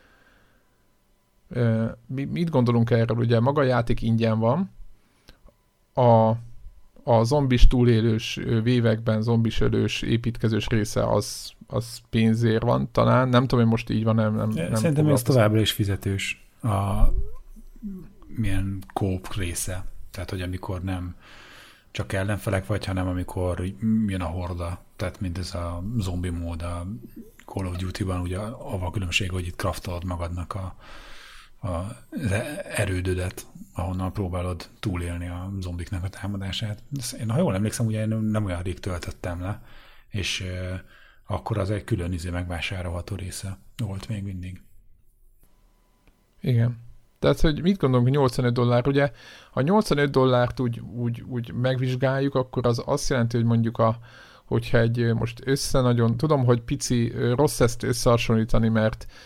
Mit gondolunk erről? Ugye maga a játék ingyen van, a a zombis túlélős vévekben, zombisölős építkezős része az, az pénzért van talán. Nem tudom, hogy most így van, nem, nem, nem Szerintem ez továbbra is fizetős a milyen kóp része. Tehát, hogy amikor nem csak ellenfelek vagy, hanem amikor jön a horda. Tehát, mint ez a zombi mód a Call of Duty-ban, ugye a különbség, hogy itt craftolod magadnak a az erődödet, ahonnan próbálod túlélni a zombiknak a támadását. Én, ha jól emlékszem, ugye én nem olyan rég töltöttem le, és euh, akkor az egy külön izé megvásárolható része volt még mindig. Igen. Tehát, hogy mit gondolunk, nyolcvanöt dollár, ugye, ha nyolcvanöt dollárt úgy, úgy, úgy megvizsgáljuk, akkor az azt jelenti, hogy mondjuk a, hogyha egy most össze nagyon, tudom, hogy pici, rossz ezt összehasonlítani, mert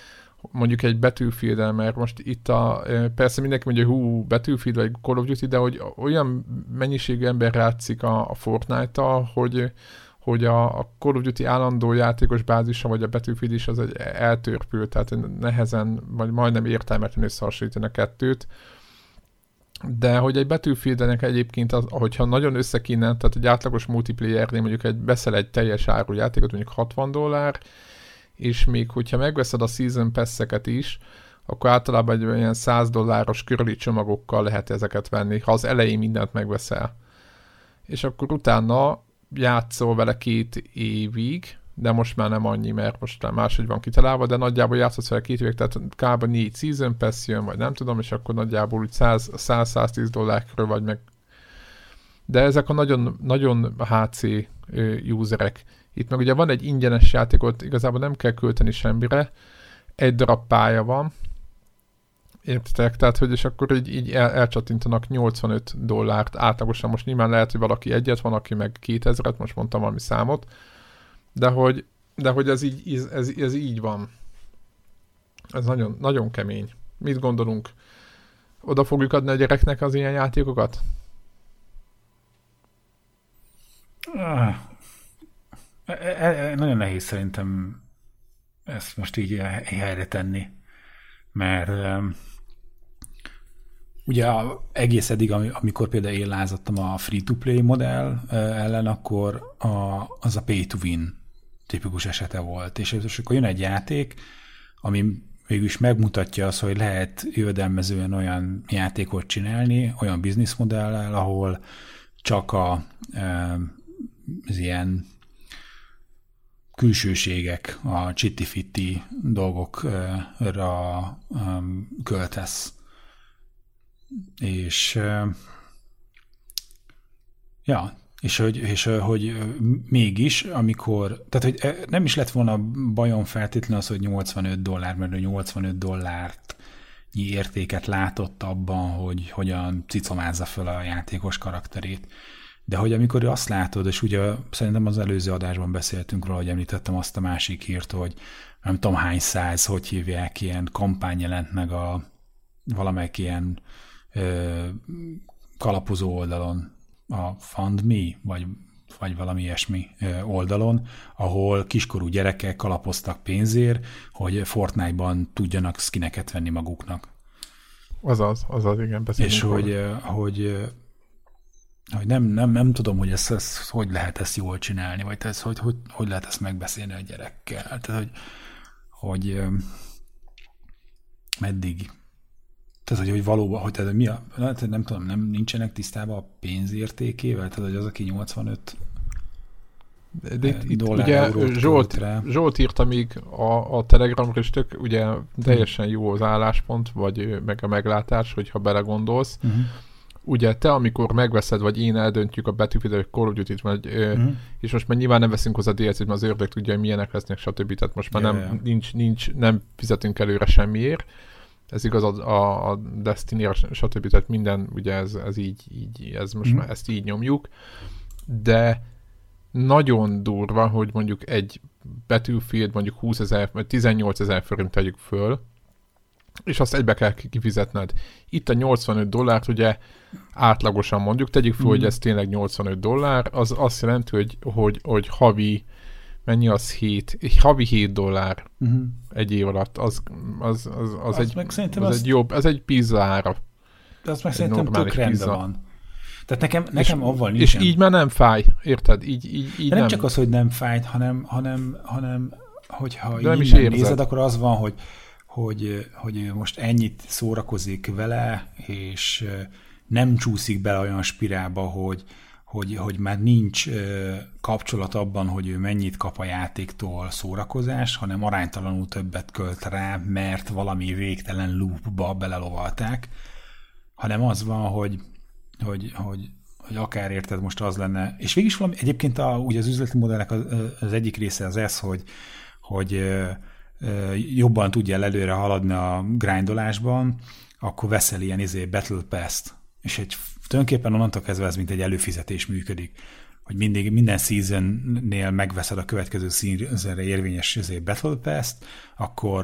mondjuk egy Battlefield-el, mert most itt a, persze mindenki mondja, hú, Battlefield vagy Call of Duty, de hogy olyan mennyiségű ember játszik a, a Fortnite-tal, hogy, hogy a, a Call of Duty állandó játékos bázisa, vagy a Battlefield is az egy eltörpül, tehát nehezen, vagy majdnem értelmetlen összehasonlítani a kettőt. De hogy egy Battlefield-nek egyébként, az, hogyha nagyon összekínál, tehát egy átlagos multiplayernél mondjuk egy, veszel egy teljes áru játékot, mondjuk hatvan dollár, és még hogyha megveszed a Season Pass-eket is, akkor általában egy olyan száz dolláros körüli csomagokkal lehet ezeket venni, ha az elején mindent megveszel. És akkor utána játszol vele két évig, de most már nem annyi, mert most már máshogy van kitalálva, de nagyjából játszol vele két évig, tehát kb. négy Season Pass jön, vagy nem tudom, és akkor nagyjából úgy száz-száztíz dollárról vagy meg. De ezek a nagyon, nagyon há cé userek. Itt meg ugye van egy ingyenes játékot, igazából nem kell költeni semmire, egy darab pálya van, értitek? Tehát, hogy és akkor így, így el, elcsattintanak nyolcvanöt dollárt átlagosan. Most nyilván lehet, hogy valaki egyet, van, aki meg kétezret, most mondtam valami számot, de hogy, de hogy ez, így, ez, ez, ez így van. Ez nagyon, nagyon kemény. Mit gondolunk? Oda fogjuk adni a gyereknek az ilyen játékokat? Ah. E, e, nagyon nehéz szerintem ezt most így helyre tenni, mert um, ugye egész eddig, amikor például én lázadtam a free-to-play modell uh, ellen, akkor a, az a pay-to-win tipikus esete volt, és, és akkor jön egy játék, ami végülis megmutatja azt, hogy lehet jövedelmezően olyan játékot csinálni, olyan bizniszmodellel, ahol csak a, az ilyen külsőségek, a csitti-fitti dolgokra költesz. És ja, és hogy, és hogy mégis, amikor, tehát hogy nem is lett volna bajom feltétlenül az, hogy nyolcvanöt dollár, mert nyolcvanöt dollárt értéket látott abban, hogy hogyan cicomázza fel a játékos karakterét. De hogy amikor azt látod, és ugye szerintem az előző adásban beszéltünk róla, hogy említettem azt a másik hírt, hogy nem tudom hány száz, hogy hívják, ilyen kampány jelent meg a valamelyik ilyen ö, kalapozó oldalon, a FundMe, vagy, vagy valami ilyesmi oldalon, ahol kiskorú gyerekek kalapoztak pénzért, hogy Fortnite-ban tudjanak skineket venni maguknak. Azaz, azaz, igen, beszélünk. És hogy, hogy, hogy nem, nem, nem tudom, hogy ezt, ezt, hogy lehet ezt jól csinálni, vagy ez, hogy, hogy, hogy lehet ezt megbeszélni a gyerekkel. Tehát, hogy, hogy meddig. Tehát, hogy, hogy valóban, hogy tehát, mi a, nem tudom, nem nincsenek tisztában a pénzértékével, tehát, hogy az, aki nyolcvanöt de itt, itt ugye Zsolt, Zsolt írta még a, a Telegramra, és tök ugye teljesen jó az álláspont, vagy meg a meglátás, hogyha belegondolsz. Uh-huh. Ugye te, amikor megveszed, vagy én eldöntjük a Battlefield, vagy Call of Duty-t, vagy, uh-huh. és most már nyilván nem veszünk hozzá dé el cét, mert az ördög tudja, hogy milyenek lesznek, stb. Tehát most már yeah, nem, yeah. Nincs, nincs, nem fizetünk előre semmiért. Ez igaz a, a Destiny-ra, stb. Tehát minden, ugye ez, ez így, így ez most mm. már ezt így nyomjuk. De nagyon durva, hogy mondjuk egy Battlefield mondjuk húszezer, vagy tizennyolcezer forint tegyük föl, és azt egybe kell kifizetned. Itt a nyolcvanöt dollárt ugye átlagosan mondjuk, tegyük föl, mm. hogy ez tényleg nyolcvanöt dollár, az azt jelenti, hogy, hogy, hogy havi mennyi az hét, havi hét dollár uh-huh. egy év alatt, az, az, az, az, egy, az azt, egy jobb, ez egy pizza ára. De azt meg szerintem tök rendben van. Tehát nekem, nekem és, avval nincsen. És így már nem fáj, érted? Így, így, így nem, nem csak az, hogy nem fájt, hanem, hanem, hanem hogyha így nem is nézed, akkor az van, hogy, hogy, hogy most ennyit szórakozik vele, és nem csúszik bele olyan spirálba, hogy Hogy, hogy már nincs ö, kapcsolat abban, hogy ő mennyit kap a játéktól szórakozás, hanem aránytalanul többet költ rá, mert valami végtelen loopba belelovalták, hanem az van, hogy, hogy, hogy, hogy akár érted most az lenne, és végig is valami, egyébként a, ugye az üzleti modellnek az, az egyik része az ez, hogy, hogy ö, ö, jobban tudjál előre haladni a grindolásban, akkor veszel ilyen izé Battle Pass-t, és egy tulajdonképpen onnantól kezdve ez mint egy előfizetés működik, hogy mindig, minden seasonnél megveszed a következő seasonre érvényes Battle Pass-t, akkor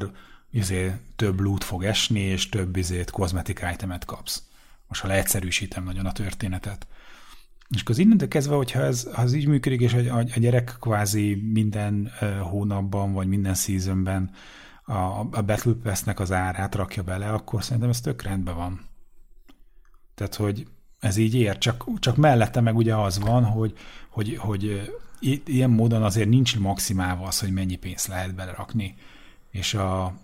izé, több loot fog esni, és több izét, kozmetik itemet kapsz. Most ha leegyszerűsítem nagyon a történetet. És akkor az innentől kezdve, hogyha ez, ha ez így működik, és a, a gyerek kvázi minden uh, hónapban, vagy minden seasonben a, a Battle Pass-nek az árát rakja bele, akkor szerintem ez tök rendben van. Tehát, hogy ez így ér, csak, csak mellette meg ugye az van, hogy, hogy, hogy ilyen módon azért nincs maximálva az, hogy mennyi pénzt lehet belerakni. És a, a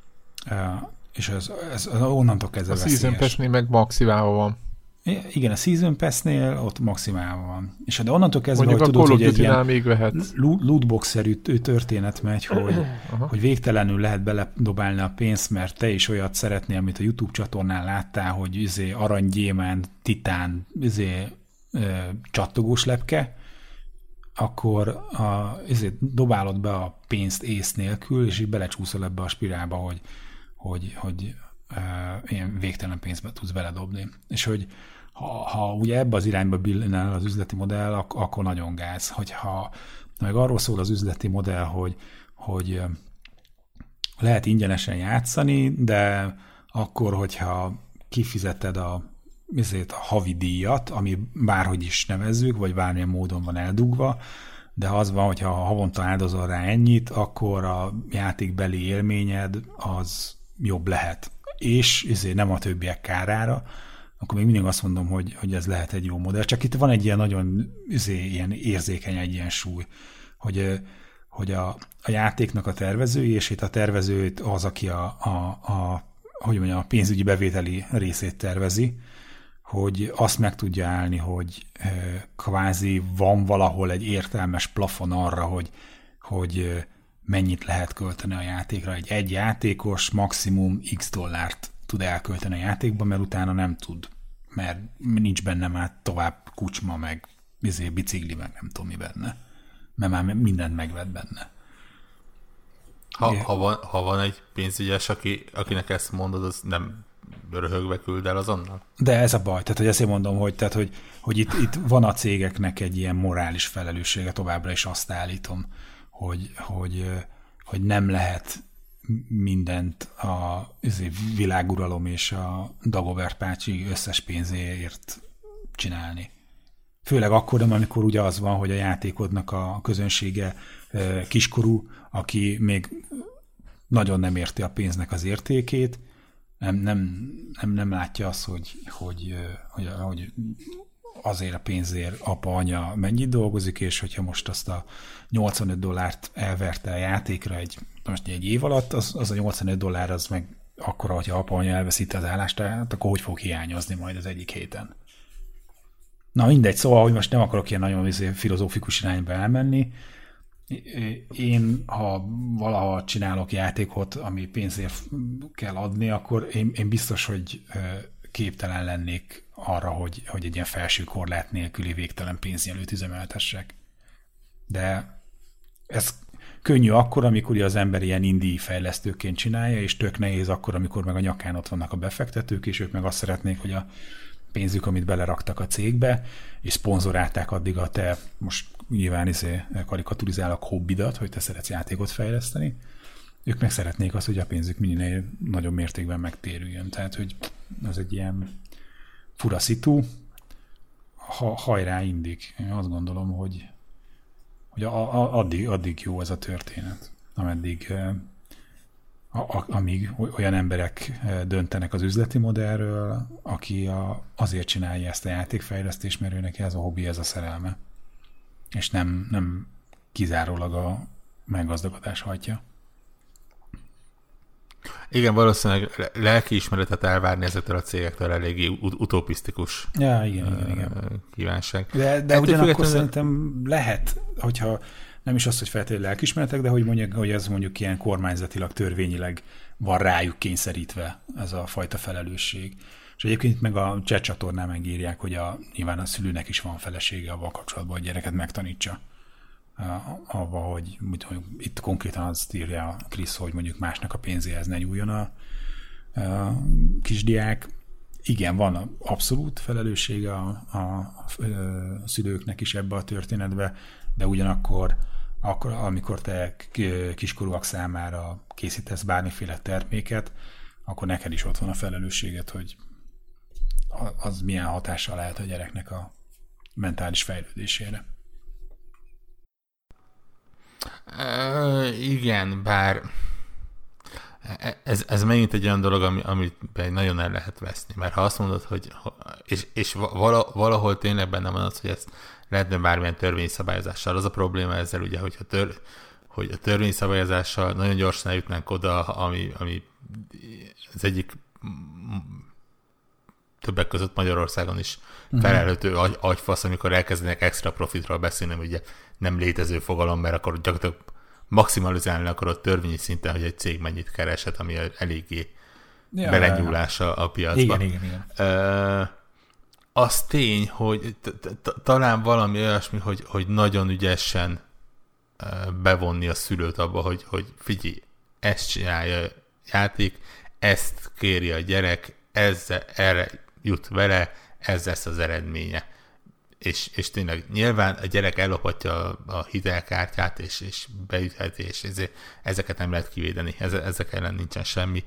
és ez, ez, ez onnantól kezdve a veszélyes. Season Pass-nél meg maximálva van. Igen, a Season Pass-nél ott maximálva van. És de onnantól kezdve, mondjuk hogy a tudod, hogy egy ilyen még vehet. lootbox-szerű történet megy, hogy, hogy végtelenül lehet beledobálni a pénzt, mert te is olyat szeretnél, amit a YouTube csatornán láttál, hogy izé aranygyémánt, titán, izé, ö, csattogós lepke, akkor a, izé, dobálod be a pénzt ész nélkül, és így belecsúszol ebbe a spirálba, hogy, hogy, hogy ö, ilyen végtelen pénzbe tudsz beledobni. És hogy Ha, ha ugye ebbe az irányba billen az üzleti modell, ak- akkor nagyon gáz. Hogyha meg arról szól az üzleti modell, hogy, hogy lehet ingyenesen játszani, de akkor, hogyha kifizeted a, a havi díjat, ami bárhogy is nevezzük, vagy bármilyen módon van eldugva, de az van, hogyha havonta áldozol rá ennyit, akkor a játékbeli élményed az jobb lehet. És ezért nem a többiek kárára, akkor még mindig azt mondom, hogy, hogy ez lehet egy jó modell. Csak itt van egy ilyen nagyon izé, ilyen érzékeny egyensúly, hogy, hogy a, a játéknak a tervezői, és itt a tervezőt az, aki a, a, a, hogy mondjam, a pénzügyi bevételi részét tervezi, hogy azt meg tudja állni, hogy kvázi van valahol egy értelmes plafon arra, hogy, hogy mennyit lehet költeni a játékra. Egy egy játékos maximum x dollárt tud elkölteni a játékba, mert utána nem tud, mert nincs benne már tovább kucsma, meg izé, bicikli, meg nem tudom mi benne. Mert már mindent megvett benne. Ha, ha, van, ha van egy pénzügyes, aki, akinek ezt mondod, az nem röhögve küld el azonnal? De ez a baj. Tehát, hogy ezt mondom, hogy, tehát, hogy, hogy itt, itt van a cégeknek egy ilyen morális felelőssége, továbbra is azt állítom, hogy, hogy, hogy nem lehet mindent a világuralom és a Dagobert bácsi összes pénzéért csinálni. Főleg akkor, amikor ugye az van, hogy a játékodnak a közönsége kiskorú, aki még nagyon nem érti a pénznek az értékét, nem, nem, nem, nem látja azt, hogy, hogy, hogy, hogy azért a pénzért apa, anya mennyit dolgozik, és hogyha most azt a nyolcvanöt dollárt elverte a játékra egy, most egy év alatt, az, az a nyolcvanöt dollár az meg akkora, hogyha apa, anya elveszíti az állást, akkor hogy fog hiányozni majd az egyik héten? Na mindegy, szóval, hogy most nem akarok ilyen nagyon filozófikus irányba elmenni. Én, ha valaha csinálok játékot, ami pénzért kell adni, akkor én, én biztos, hogy képtelen lennék arra, hogy, hogy egy ilyen felső korlát nélküli végtelen pénzjelőt üzemeltessek. De ez könnyű akkor, amikor az ember ilyen indie fejlesztőként csinálja, és tök nehéz akkor, amikor meg a nyakán ott vannak a befektetők, és ők meg azt szeretnék, hogy a pénzük, amit beleraktak a cégbe, és szponzorálták addig a te, most nyilván izé karikaturizálok hobbidat, hogy te szeretsz játékot fejleszteni, ők meg szeretnék azt, hogy a pénzük minél nagyobb mértékben megtérüljön. Tehát, hogy az egy ilyen fura szitu, ha, hajrá indik. Én azt gondolom, hogy, hogy a, a, addig, addig jó ez a történet, ameddig a, a, amíg olyan emberek döntenek az üzleti modellről, aki a, azért csinálja ezt a játékfejlesztést, mert ő neki ez a hobbi, ez a szerelme. És nem, nem kizárólag a meggazdagodás hajtja. Igen, valószínűleg lelkiismeretet elvárni ezektől a cégektől eléggé ut- utopisztikus ja, igen, igen, igen. kívánság. De, de ugyanakkor függetlenül... szerintem lehet, hogyha nem is az, hogy feltétlenül lelkiismeretek, de hogy mondjuk, hogy ez mondjuk ilyen kormányzatilag, törvényileg van rájuk kényszerítve ez a fajta felelősség. És egyébként meg a chat csatornán megírják, hogy a, nyilván a szülőnek is van felesége avval kapcsolatban, hogy gyereket megtanítsa. Avval, hogy mondjuk, itt konkrétan azt írja a Krisz, hogy mondjuk másnak a pénzéhez ne nyúljon a, a kisdiák. Igen, van abszolút felelőssége a, a, a szülőknek is ebbe a történetbe, de ugyanakkor akkor, amikor te kiskorúak számára készítesz bármiféle terméket, akkor neked is ott van a felelősséget, hogy az milyen hatással lehet a gyereknek a mentális fejlődésére. Uh, igen, bár ez, ez megint egy olyan dolog, ami, amit nagyon el lehet veszni, mert ha azt mondod, hogy és, és valahol tényleg benne van az, hogy ezt lehetne bármilyen törvényszabályozással. Az a probléma ezzel ugye, hogy a, tör, hogy a törvényszabályozással nagyon gyorsan eljutnánk oda, ami, ami az egyik többek között Magyarországon is felelhető agy, agyfasz, amikor elkezdenek extra profitról beszélni, ugye nem létező fogalom, mert akkor gyakorlatilag maximalizálni akarod törvényi szinten, hogy egy cég mennyit kereshet, ami eléggé ja, belenyúlása a piacba. Igen, igen, igen. Uh, az tény, hogy talán valami olyasmi, hogy, hogy nagyon ügyesen bevonni a szülőt abba, hogy, hogy figyelj, ezt csinálja a játék, ezt kéri a gyerek, ezzel, erre jut vele, ez lesz az eredménye. És, és tényleg nyilván a gyerek ellophatja a, a hitelkártyát, és, és beütheti, és ezért, ezeket nem lehet kivédeni. Ezek ellen nincsen semmi.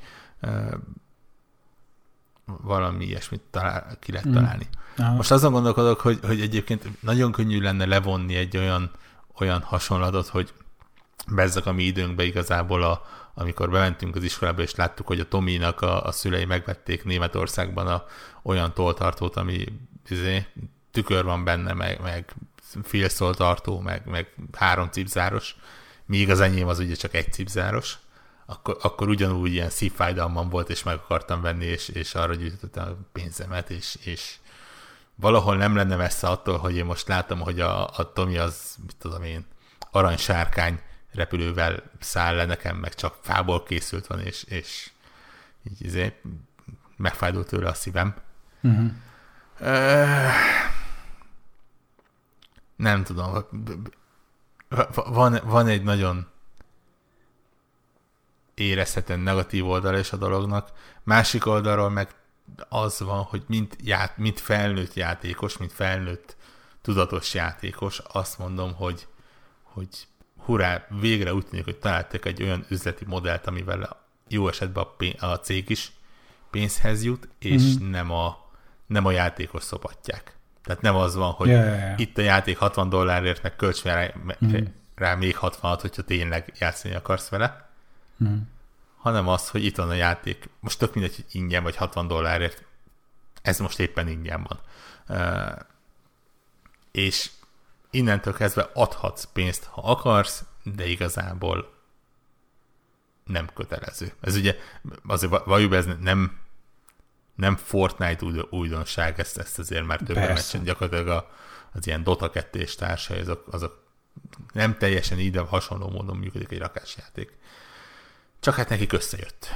Valami ilyesmit talál, ki lehet találni. Mm. Most azon gondolkodok, hogy, hogy egyébként nagyon könnyű lenne levonni egy olyan, olyan hasonlatot, hogy bezzak a mi időnkbe igazából, a, amikor bementünk az iskolába, és láttuk, hogy a Tominak a, a szülei megvették Németországban a, olyan tolltartót, ami izé, tükör van benne, meg, meg félszóltartó, meg, meg három cipzáros, míg az enyém az ugye csak egy cipzáros. Akkor, akkor ugyanúgy ilyen szívfájdalmam volt, és meg akartam venni, és, és arra gyűjtöttem a pénzemet, és, és valahol nem lenne messze attól, hogy én most látom, hogy a, a Tomi az, mit tudom én, aranysárkány repülővel száll le, nekem meg csak fából készült van, és, és így izé, megfájdult tőle a szívem. Uh-huh. Uh, nem tudom. Van, van egy nagyon érezhetően negatív oldal is a dolognak. Másik oldalról meg az van, hogy mint, ját, mint felnőtt játékos, mint felnőtt tudatos játékos, azt mondom, hogy, hogy hurrá, végre úgy tűnik, hogy találtak egy olyan üzleti modellt, amivel jó esetben a, pénz, a cég is pénzhez jut, és mm-hmm. nem, a, nem a játékos szopatják. Tehát nem az van, hogy yeah, yeah, yeah. itt a játék hatvan dollárért, meg költs rá, mm-hmm. rá még hatvanat, hogyha tényleg játszani akarsz vele, mm-hmm. hanem az, hogy itt van a játék. Most tök mindegy, hogy ingyen vagy hatvan dollárért, ez most éppen ingyen van. Uh, és innentől kezdve adhatsz pénzt, ha akarsz, de igazából nem kötelező. Ez ugye, azért valljuk be, ez nem, nem Fortnite újdonság, ezt, ezt azért már többen meccsen gyakorlatilag a, az ilyen Dota kettő és társai, azok, azok nem teljesen így, de hasonló módon működik egy rakásjáték. Csak hát nekik összejött.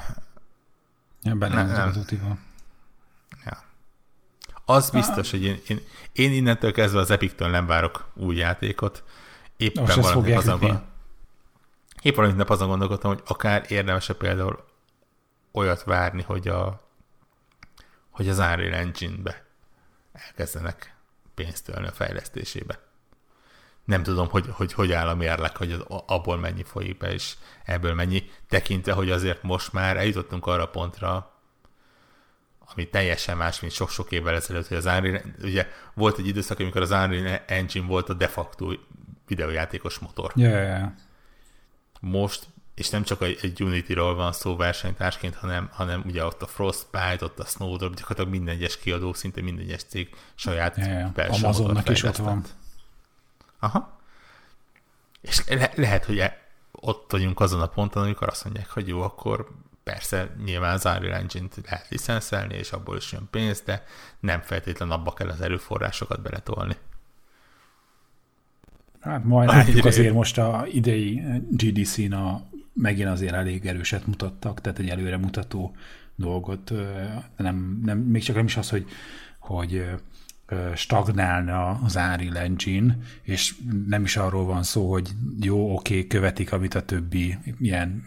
Ja, benne nem, nem. Az utival. Ja. Az biztos, ah. hogy én, én, én innentől kezdve az Epic-től nem várok új játékot. Éppen valamit azon, épp valamit nap azon gondolkodtam, hogy akár érdemesebb például olyat várni, hogy, a, hogy az Unreal Engine-be elkezdenek pénzt ölni a fejlesztésébe. Nem tudom, hogy, hogy hogy áll a mérleg, hogy az, abból mennyi folyik be, és ebből mennyi, tekintve, hogy azért most már eljutottunk arra pontra, ami teljesen más, mint sok-sok évvel ezelőtt, hogy az Unreal, ugye volt egy időszak, amikor az Unreal Engine volt a de facto videójátékos motor. Yeah, yeah. Most, és nem csak egy Unity-ról van szó versenytársként, hanem, hanem ugye ott a Frostbite, ott a Snowdrop, gyakorlatilag minden egyes kiadó, szinte minden egyes cég saját yeah, yeah. belső Amazonnak is ott van. Aha. És le- lehet, hogy ott vagyunk azon a ponton, amikor azt mondják, hogy jó, akkor persze nyilván az Unreal Engine-t lehet licenszelni, és abból is jön pénz, de nem feltétlen abba kell az erőforrásokat beletolni. Hát majd látjuk azért most a idei G D C-n a, megint azért elég erőset mutattak, tehát egy előre mutató dolgot, nem, nem, még csak nem is az, hogy, hogy stagnálna az Unreal Engine, és nem is arról van szó, hogy jó, oké, okay, követik, amit a többi ilyen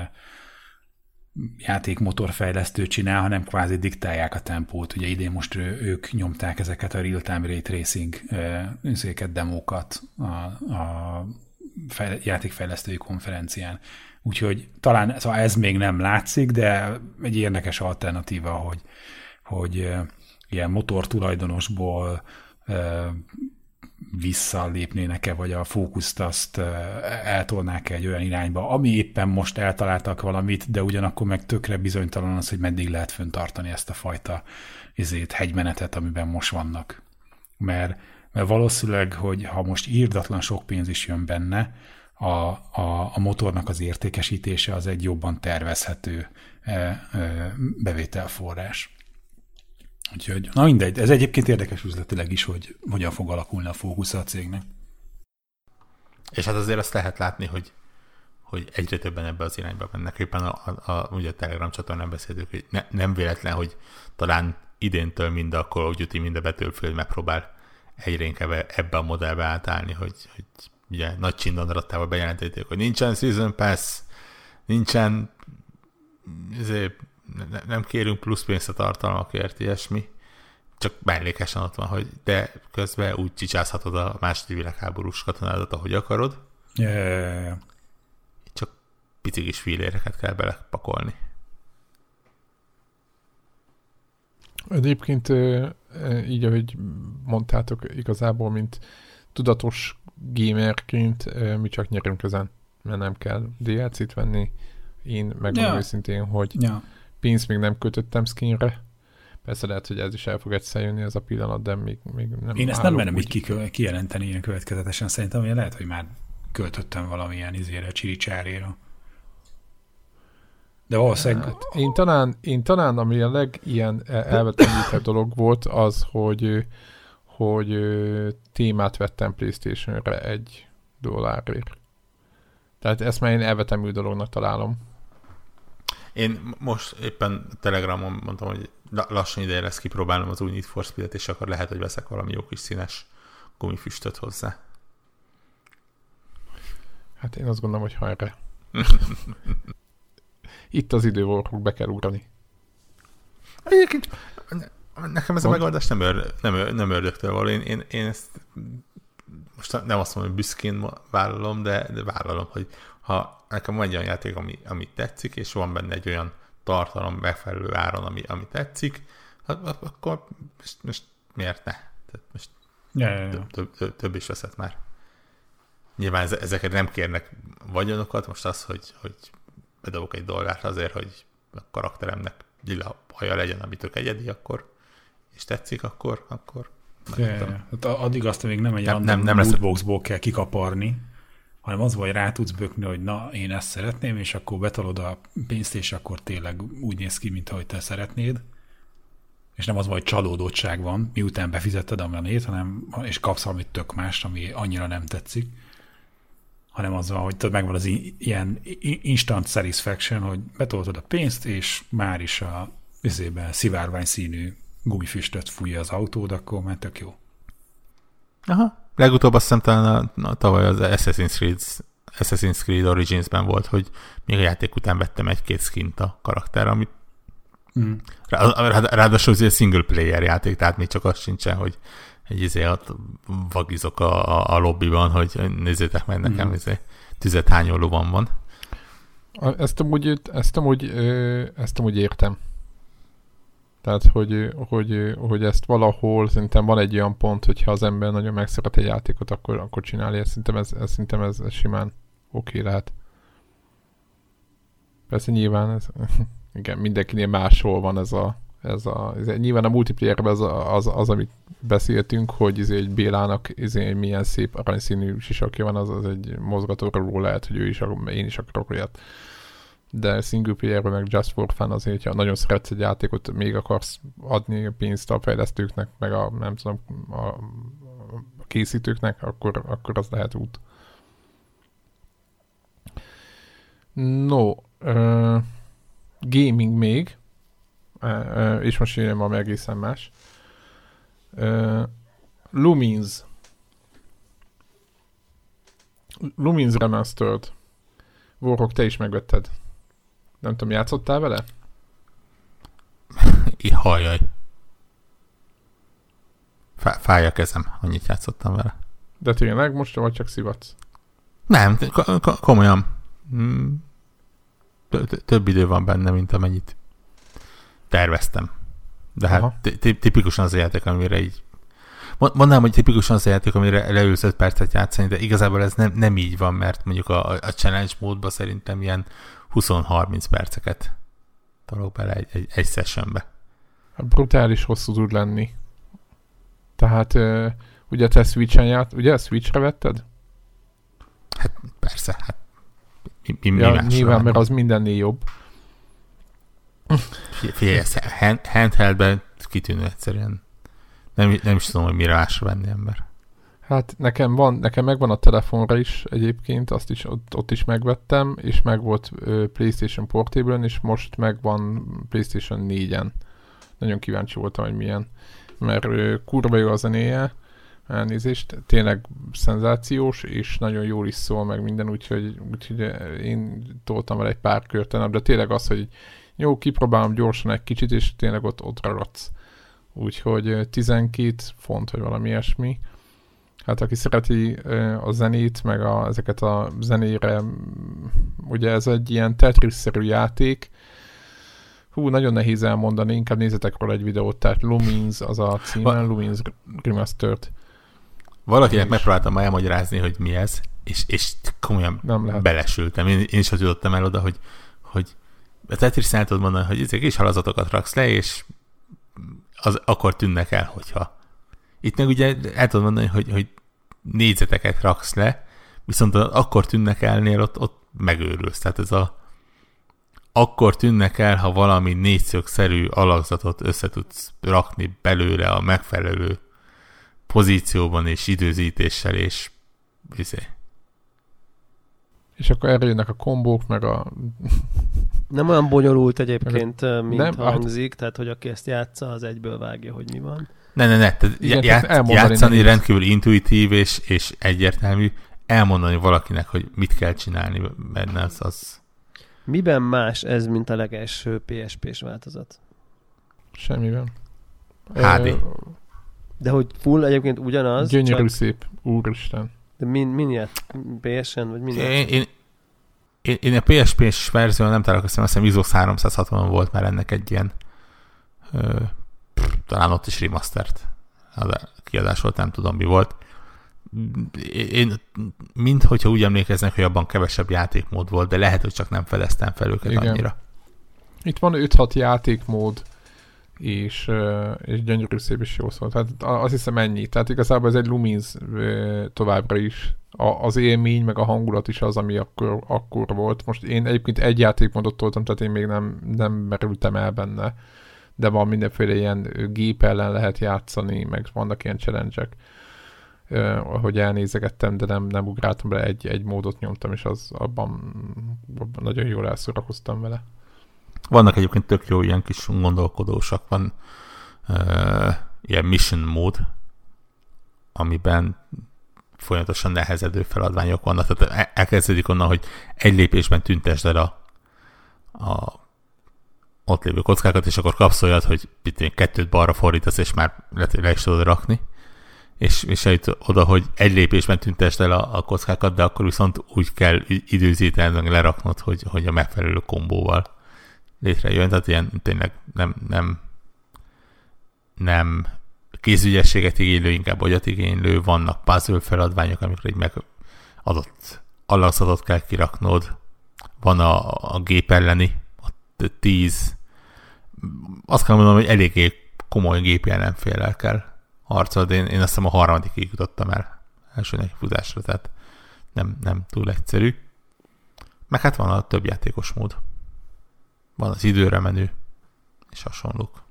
játékmotorfejlesztő csinál, hanem kvázi diktálják a tempót. Ugye idén most ők nyomták ezeket a real-time ray tracing üzéket, demókat a, a fejle- játékfejlesztői konferencián. Úgyhogy talán szóval ez még nem látszik, de egy érdekes alternatíva, hogy, hogy ilyen motor tulajdonosból visszalépnének-e, vagy a fókuszt azt eltolnák egy olyan irányba, ami éppen most eltaláltak valamit, de ugyanakkor meg tökre bizonytalan az, hogy meddig lehet föntartani ezt a fajta izét, hegymenetet, amiben most vannak. Mert, mert valószínűleg, hogy ha most írdatlan sok pénz is jön benne, a, a, a motornak az értékesítése az egy jobban tervezhető e, e, bevételforrás. Úgyhogy, na mindegy, ez egyébként érdekes üzletileg is, hogy hogyan fog alakulni a fókusza a cégnek. És hát azért azt lehet látni, hogy, hogy egyre többen ebbe az irányba mennek. Éppen a, a, a, ugye a Telegram csatornán beszéltük, hogy ne, nem véletlen, hogy talán idéntől mind a Call of Duty, mind a Battlefield megpróbál egyre inkább ebbe a modellbe átállni, hogy, hogy ugye nagy csindonrattával bejelentették, hogy nincsen Season Pass, nincsen ezért ne, nem kérünk plusz pénzt a tartalmakért, ilyesmi. Csak mellékesen ott van, hogy de közben úgy csicsázhatod a második világháborús katonádat, ahogy akarod. Yeah, yeah, yeah. Csak pici kis filléreket kell belepakolni. Egyébként így, ahogy mondtátok, igazából, mint tudatos gamerként mi csak nyerünk ezen, mert nem kell dé el cét venni. Én megmondom ja. őszintén, hogy ja. pénzt még nem kötöttem skinre. Persze lehet, hogy ez is el fog egyszer jönni ez a pillanat, de még, még nem. Én ezt nem merem így ki, kijelenteni ilyen következetesen. Szerintem, hogy lehet, hogy már költöttem valamilyen izére, csiricsáréra. De valószínűleg... Hát, én, talán, én talán, ami a legilyen elvetemültebb dolog volt, az, hogy, hogy témát vettem PlayStation-re egy dollárért. Tehát ezt már én elvetemű dolognak találom. Én most éppen Telegramon mondtam, hogy lassan ideje lesz kipróbálnom az új Need for Speed-et, és akkor lehet, hogy veszek valami jó kis színes gumifüstöt hozzá. Hát én azt gondolom, hogy hajrá. Itt az idő volt, be kell ugrani. Egyébként nekem ez a megoldás nem, ör, nem, nem ördögtől való. Én, én, én ezt most nem azt mondom, hogy büszkén vállalom, de, de vállalom, hogy ha nekem van egy olyan játék, ami, ami tetszik, és van benne egy olyan tartalom megfelelő áron, ami, ami tetszik, akkor most, most miért ne? Tehát most ja, ja, ja. Több, több, több, több is veszett már. Nyilván ezeket nem kérnek vagyonokat, most az, hogy, hogy bedobok egy dollárt azért, hogy a karakteremnek lila haja legyen, ami tök egyedi, akkor, és tetszik, akkor, akkor ja, ja. Hát addig azt még nem egy nem, nem, nem lootboxból kell kikaparni, hanem az, hogy rá tudsz bökni, hogy na, én ezt szeretném, és akkor betolod a pénzt, és akkor tényleg úgy néz ki, mint ahogy te szeretnéd. És nem az, hogy csalódottság van, miután befizetted a menét, hanem, és kapsz valamit tök mást, ami annyira nem tetszik, hanem az van, hogy tudod, megvan az ilyen instant satisfaction, hogy betoltad a pénzt, és már is a vizében szivárvány színű gumifüstöt fújja az autód, akkor már tök jó. Aha. Legutóbb azt hiszem talán a, a, tavaly az Assassin's Creed, Assassin's Creed Origins-ben volt, hogy még a játék után vettem egy-két skint a karakterre, amit mm. rá, ráadásul egy single player játék, tehát még csak az sincsen, hogy egy izé ott vagizok a, a, a lobbyban, hogy nézzétek meg nekem, mm. izé, tüzet hányó lovam van. Ezt amúgy, ezt amúgy, ezt amúgy értem. Tehát, hogy, hogy, hogy ezt valahol szerintem van egy olyan pont, hogyha az ember nagyon megszeret egy játékot, akkor, akkor csinálja. Szerintem ez, ez, szerintem ez, ez simán oké lehet. Persze nyilván ez, igen, mindenkinél máshol van ez a, ez a ez, nyilván a multiplayerben az, az, az, amit beszéltünk, hogy ez egy Bélának ez egy milyen szép aranyszínű sisakja van, az, az egy mozgatóról lehet, hogy ő is, én is akarok olyat. De single playerben meg just for fun azért, ha nagyon szeretsz egy játékot, még akarsz adni pénzt a fejlesztőknek, meg a, nem tudom, a, a készítőknek, akkor, akkor az lehet út. No, uh, gaming még, uh, uh, és most jön valami egészen más. Uh, Lumines. Lumines Remastered. Warhawk, te is megvetted. Nem tudom, játszottál vele? Hajjaj. Fáj a kezem, annyit játszottam vele. De tényleg most vagy csak szivatsz? Nem, komolyan. Több idő van benne, mint amennyit terveztem. De hát tipikusan az a játék, amire így... Mondanám, hogy tipikusan az a játék, amire leülsz öt percet játszani, de igazából ez nem, nem így van, mert mondjuk a, a challenge módban szerintem ilyen húsz-harminc perceket tolok bele egy, egy, egy sessionbe. Brutális hosszú tud lenni. Tehát uh, ugye te Switch-en ját, ugye Switch-re vetted? Hát persze, hát mi, mi, ja, mi nyilván, mert az mindennél jobb. Figyelj, ezt hand, handheldben kitűnő egyszerűen. Nem, nem is tudom, hogy mire másra venni ember. Hát nekem van, nekem megvan a telefonra is egyébként, azt is ott, ott is megvettem, és meg volt uh, PlayStation Portable-en, és most megvan PlayStation négyen. Nagyon kíváncsi voltam, hogy milyen. Mert uh, kurva jó a zenéje, elnézést, tényleg szenzációs, és nagyon jól is szól meg minden, úgyhogy, úgyhogy én toltam el egy pár kört, de tényleg az, hogy jó, kipróbálom gyorsan egy kicsit, és tényleg ott, ott ragadsz. Úgyhogy tizenkét font, vagy valami ilyesmi. Hát aki szereti a zenét, meg a, ezeket a zenére, ugye ez egy ilyen Tetris-szerű játék. Hú, nagyon nehéz elmondani, inkább nézzetek róla egy videót, tehát Lumines az a címe, Va- Lumines Remastered. Valakinek és... megpróbáltam már elmagyarázni, hogy mi ez, és, és komolyan belesültem. Én, én is jutottam el oda, hogy, hogy a Tetris-en tudod mondani, hogy ezek is halazatokat raksz le, és az akkor tűnnek el, hogyha. Itt meg ugye el tudod mondani, hogy, hogy négyzeteket raksz le, viszont akkor tűnnek elnél ott, ott megőrülsz. Tehát ez a akkor tűnnek el, ha valami négyszögszerű alakzatot össze tudsz rakni belőle a megfelelő pozícióban és időzítéssel, és viszi. És akkor erre jönnek a kombók, meg a... Nem olyan bonyolult egyébként, mint nem, hangzik, tehát hogy aki ezt játsza, az egyből vágja, hogy mi van. Ne, ne, ne. Tehát igen, ját, játszani nehéz. Rendkívül intuitív és, és egyértelmű. Elmondani valakinek, hogy mit kell csinálni benne, az, az... Miben más ez, mint a legelső pé es pés változat? Semmiben. há dé. De hogy full egyébként ugyanaz? Gyönyörű csak... szép, úristen. De min, min ját? pé esen? Vagy min én, én, én, én a pé es pés verzióban nem találkoztam, azt hiszem Xbox háromszázhatvanon volt már ennek egy ilyen ö, pff, talán ott is remastert kiadás volt, nem tudom mi volt. Én, mint hogyha úgy emlékeznek, hogy abban kevesebb játékmód volt, de lehet, hogy csak nem fedeztem fel őket igen. annyira. Itt van öt-hat játékmód, és, és gyönyörű szép is jó szól. Tehát azt hiszem ennyi. Tehát igazából ez egy Lumines továbbra is. A, az élmény, meg a hangulat is az, ami akkor, akkor volt. Most én egyébként egy játékmódot toltam, tehát én még nem, nem merültem el benne. De van mindenféle ilyen gép ellen lehet játszani, meg vannak ilyen challenge-ek, ahogy elnézegettem, de nem, nem ugráltam bele, egy, egy módot nyomtam, és az abban, abban nagyon jól elszórakoztam vele. Vannak egyébként tök jó ilyen kis gondolkodósak. Van uh, ilyen mission mód, amiben folyamatosan nehezedő feladványok vannak. Tehát elkezdődik onnan, hogy egy lépésben tüntesd el a, a ott lévő kockákat, és akkor kapsz olyat, hogy itt kettőt balra fordítasz, és már le, le is tudod rakni. És, és eljut oda, hogy egy lépésben tüntesd el a, a kockákat, de akkor viszont úgy kell időzítened, leraknod, hogy, hogy a megfelelő kombóval létrejön. Tehát ilyen tényleg nem, nem, nem kézügyességet igénylő, inkább agyat igénylő, vannak puzzle feladványok, amikor egy meg adott alakzatot kell kiraknod, van a, a gép elleni, a tíz, azt kell mondanom, hogy eléggé komoly gépi ellenféllel kell harcolni. Én, én azt hiszem a harmadikig jutottam el első nekifutásra, tehát nem, nem túl egyszerű. Meg hát van a több játékos mód. Van az időre menő, és hasonlók.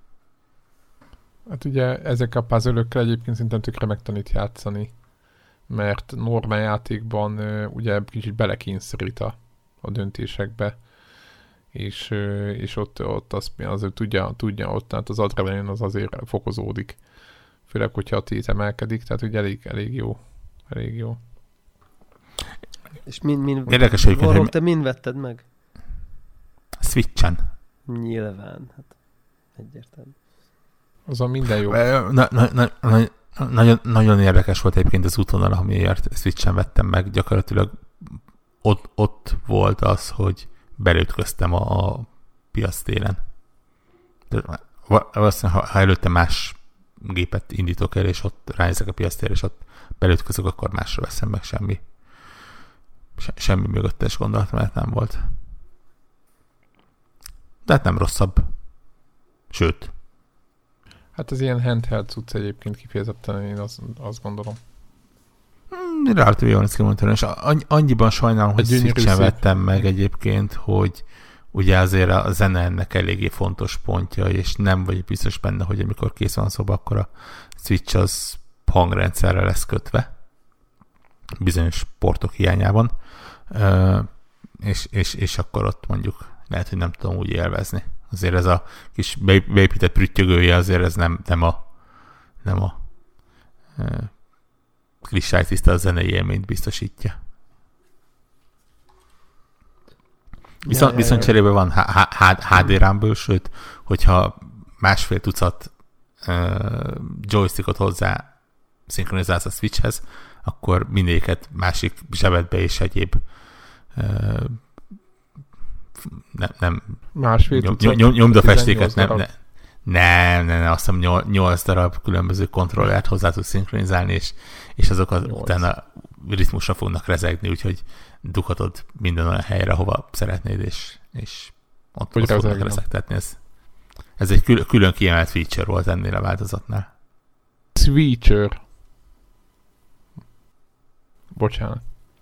Hát ugye ezek a puzzle-ökkel egyébként szerintem tökre megtanít játszani, mert normál játékban ugye kicsit belekényszerít a, a döntésekbe, és, és ott, ott az, azért tudja, tudja ott, tehát az adrenalin az azért fokozódik. Főleg, hogyha a tét emelkedik, tehát ugye elég, elég jó. Elég jó. És min, min, érdekes egyébként, hogy... te min vetted meg? Switchen. Nyilván, hát egyértelmű. Azon minden jó. Na, na, na, na, nagyon, nagyon érdekes volt egyébként az útvonal, amiért Switchen vettem meg. Gyakorlatilag ott, ott volt az, hogy belütköztem a, a piac téren. Valószínűleg, ha, ha előtte más gépet indítok el, és ott ránézek a piac térre, és ott belütközök, akkor másra veszem meg, semmi. Se, semmi mögöttes gondolat, mert nem volt. De hát nem rosszabb. Sőt. Hát ez ilyen handheld cucc egyébként kifejezetten, én azt, azt gondolom. Hmm, relatív jól néz ki monitoron, és annyiban sajnálom, hogy Switchen vettem meg egyébként, hogy ugye azért a zene ennek eléggé fontos pontja, és nem vagy biztos benne, hogy amikor kész van a szoba, akkor a Switch az hangrendszerre lesz kötve. Bizonyos portok hiányában. Uh, és, és, és akkor ott mondjuk lehet, hogy nem tudom úgy élvezni. Azért ez a kis beépített prüttyögője, azért ez nem, nem a nem a uh, kristálytiszta zenei élményt biztosítja. Viszont, ja, viszont cserében van há dé rámből, sőt, hogyha másfél tucat uh, joystickot hozzá szinkronizálsz a Switchhez, akkor mindéket másik zsebedbe és egyéb uh, nem, nem másfél nyom, nyom, nyomdafestéket nem, ne, nem, nem, nem, azt hiszem nyolc darab különböző kontrollert hozzá tudsz szinkronizálni, és, és azok az, utána ritmusra fognak rezegni, úgyhogy dughatod minden olyan helyre, hova szeretnéd, és, és ott, ott fognak rezegtetni. Ez, ez egy külön, külön kiemelt feature volt ennél a változatnál. Feature. Bocsánat.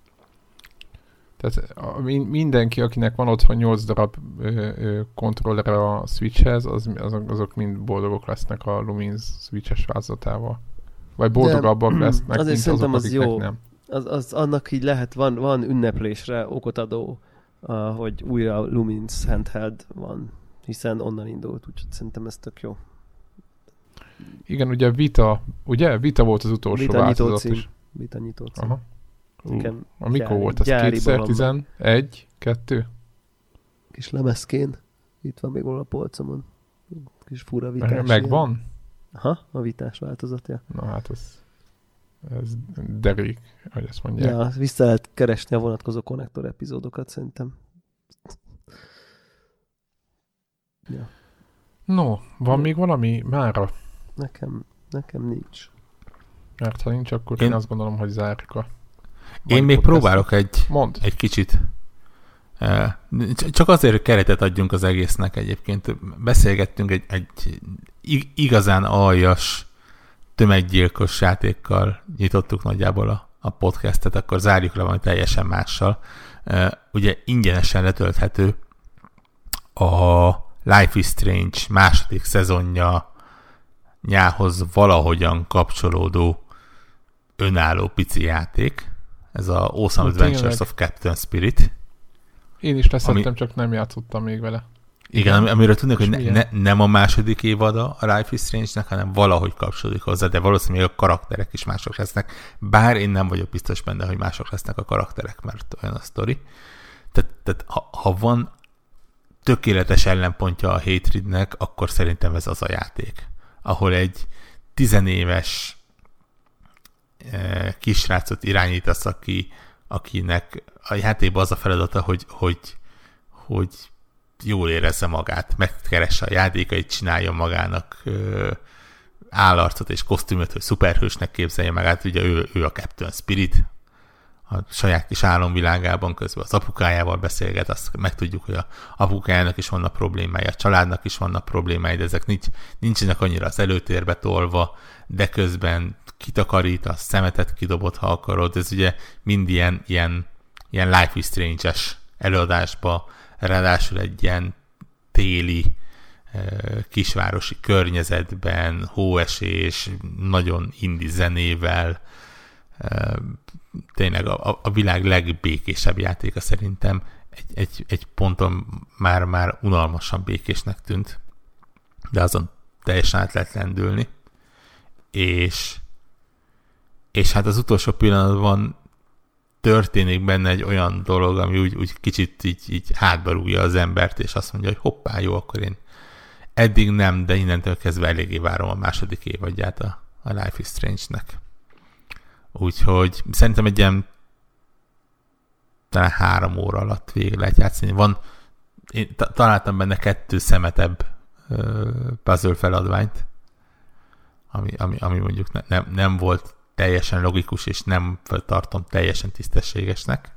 Tehát a, mindenki, akinek van otthon nyolc darab ö, ö, kontrollere a Switchhez, az, azok, azok mind boldogok lesznek a Lumines Switches változatával. Vagy boldogabbak de lesznek, azért mint azok, az akiknek jó. nem. Az, az annak így lehet, van, van ünneplésre okot adó, uh, hogy újra Lumines handheld van, hiszen onnan indult, úgyhogy szerintem ez tök jó. Igen, ugye Vita, ugye? Vita volt az utolsó Vita változat nyitó is. Vita nyitó cím. Aha. Igen, a mikor gyári, volt az? kétezer-tizenegy? kettő? Kis lemezkén. Itt van még valahol a polcomon. Kis fura vitás. Megvan? Ilyen. Aha, a vitás változatja. Na hát ez, ez derék, ahogy ezt mondják. Ja, vissza lehet keresni a vonatkozó konnektor epizódokat szerintem. Ja. No, van még valami mára? Nekem, nekem nincs. Mert ha nincs, akkor én, én azt gondolom, hogy zárjuk a... Én még próbálok egy, Mond. egy kicsit. Csak azért, hogy keretet adjunk az egésznek egyébként. Beszélgettünk egy, egy igazán aljas, tömeggyilkos játékkal nyitottuk nagyjából a, a podcastet, akkor zárjuk le valami teljesen mással. Ugye ingyenesen letölthető a Life is Strange második szezonja nyához valahogyan kapcsolódó önálló pici játék. Ez a Awesome Adventures tényleg. Of Captain Spirit. Én is leszettem, ami... csak nem játszottam még vele. Igen, Igen amiről tudnék, hogy ne, ne, nem a második évada a Life is Strange-nek, hanem valahogy kapcsolódik hozzá, de valószínűleg a karakterek is mások lesznek. Bár én nem vagyok biztos benne, hogy mások lesznek a karakterek, mert olyan a sztori. Tehát, tehát ha, ha van tökéletes ellenpontja a Hatrednek, akkor szerintem ez az a játék, ahol egy tizenéves eh, kisrácot irányítasz, aki, akinek a játékban az a feladata, hogy, hogy, hogy jól érezze magát, megkeresse a játékait, csinálja magának ö, állarcot és kosztümöt, hogy szuperhősnek képzelje magát. Ugye ő, ő a Captain Spirit, a saját kis álomvilágában közben az apukájával beszélget, azt megtudjuk, hogy a apukájának is vannak problémái, a családnak is vannak problémái, de ezek nincs, nincsenek annyira az előtérbe tolva, de közben kitakarít, a szemetet kidobott, ha akarod. Ez ugye mind ilyen, ilyen, ilyen Life is Strange-es előadásba, ráadásul egy ilyen téli kisvárosi környezetben, hóesés, nagyon indi zenével, tényleg a, a világ legbékésebb játéka szerintem. Egy, egy, egy ponton már-már unalmasan békésnek tűnt, de azon teljesen át lehet lendülni. És, és hát az utolsó pillanatban történik benne egy olyan dolog, ami úgy, úgy kicsit így, így hátba rúgja az embert, és azt mondja, hogy hoppá, jó, akkor én eddig nem, de innentől kezdve eléggé várom a második évadját a, a Life is Strange-nek. Úgyhogy szerintem egy ilyen talán három óra alatt végig lehet játszani. Van, én ta- találtam benne kettő szemetebb uh, puzzle feladványt, ami, ami, ami mondjuk ne, nem, nem volt teljesen logikus, és nem tartom teljesen tisztességesnek.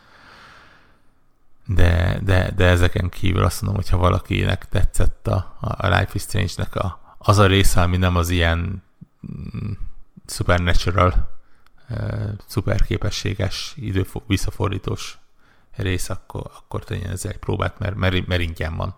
De, de, de ezeken kívül azt mondom, hogyha valakinek tetszett a, a Life is Strange-nek a, az a része, ami nem az ilyen mm, supernatural, uh, szuperképességes, időfog, visszafordítós rész, akkor, akkor tegyen ezzel egy próbát, mert, mert, mert ingyen van.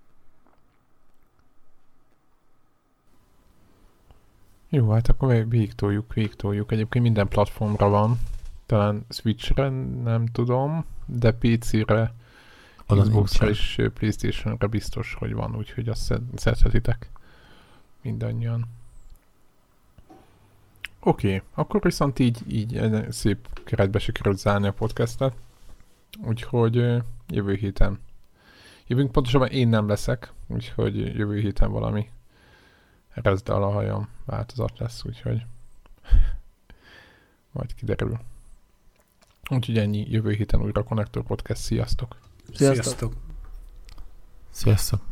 Jó, hát akkor végigtoljuk, végigtoljuk. Egyébként minden platformra van. Talán Switchre nem tudom, de pé cére, Oda Xboxra nincsen. és PlayStationre biztos, hogy van, úgyhogy azt szed- szedhetitek mindannyian. Oké, okay, akkor viszont így, így szép keretbe sikerült zárni a podcastet. Úgyhogy ö, jövő héten. Jövünk, pontosabban én nem leszek, úgyhogy jövő héten valami rezd a hajam változat lesz, úgyhogy majd kiderül. Úgyhogy ennyi, jövő héten újra Connector Podcast, sziasztok! Sziasztok! Sziasztok. Sziasztok!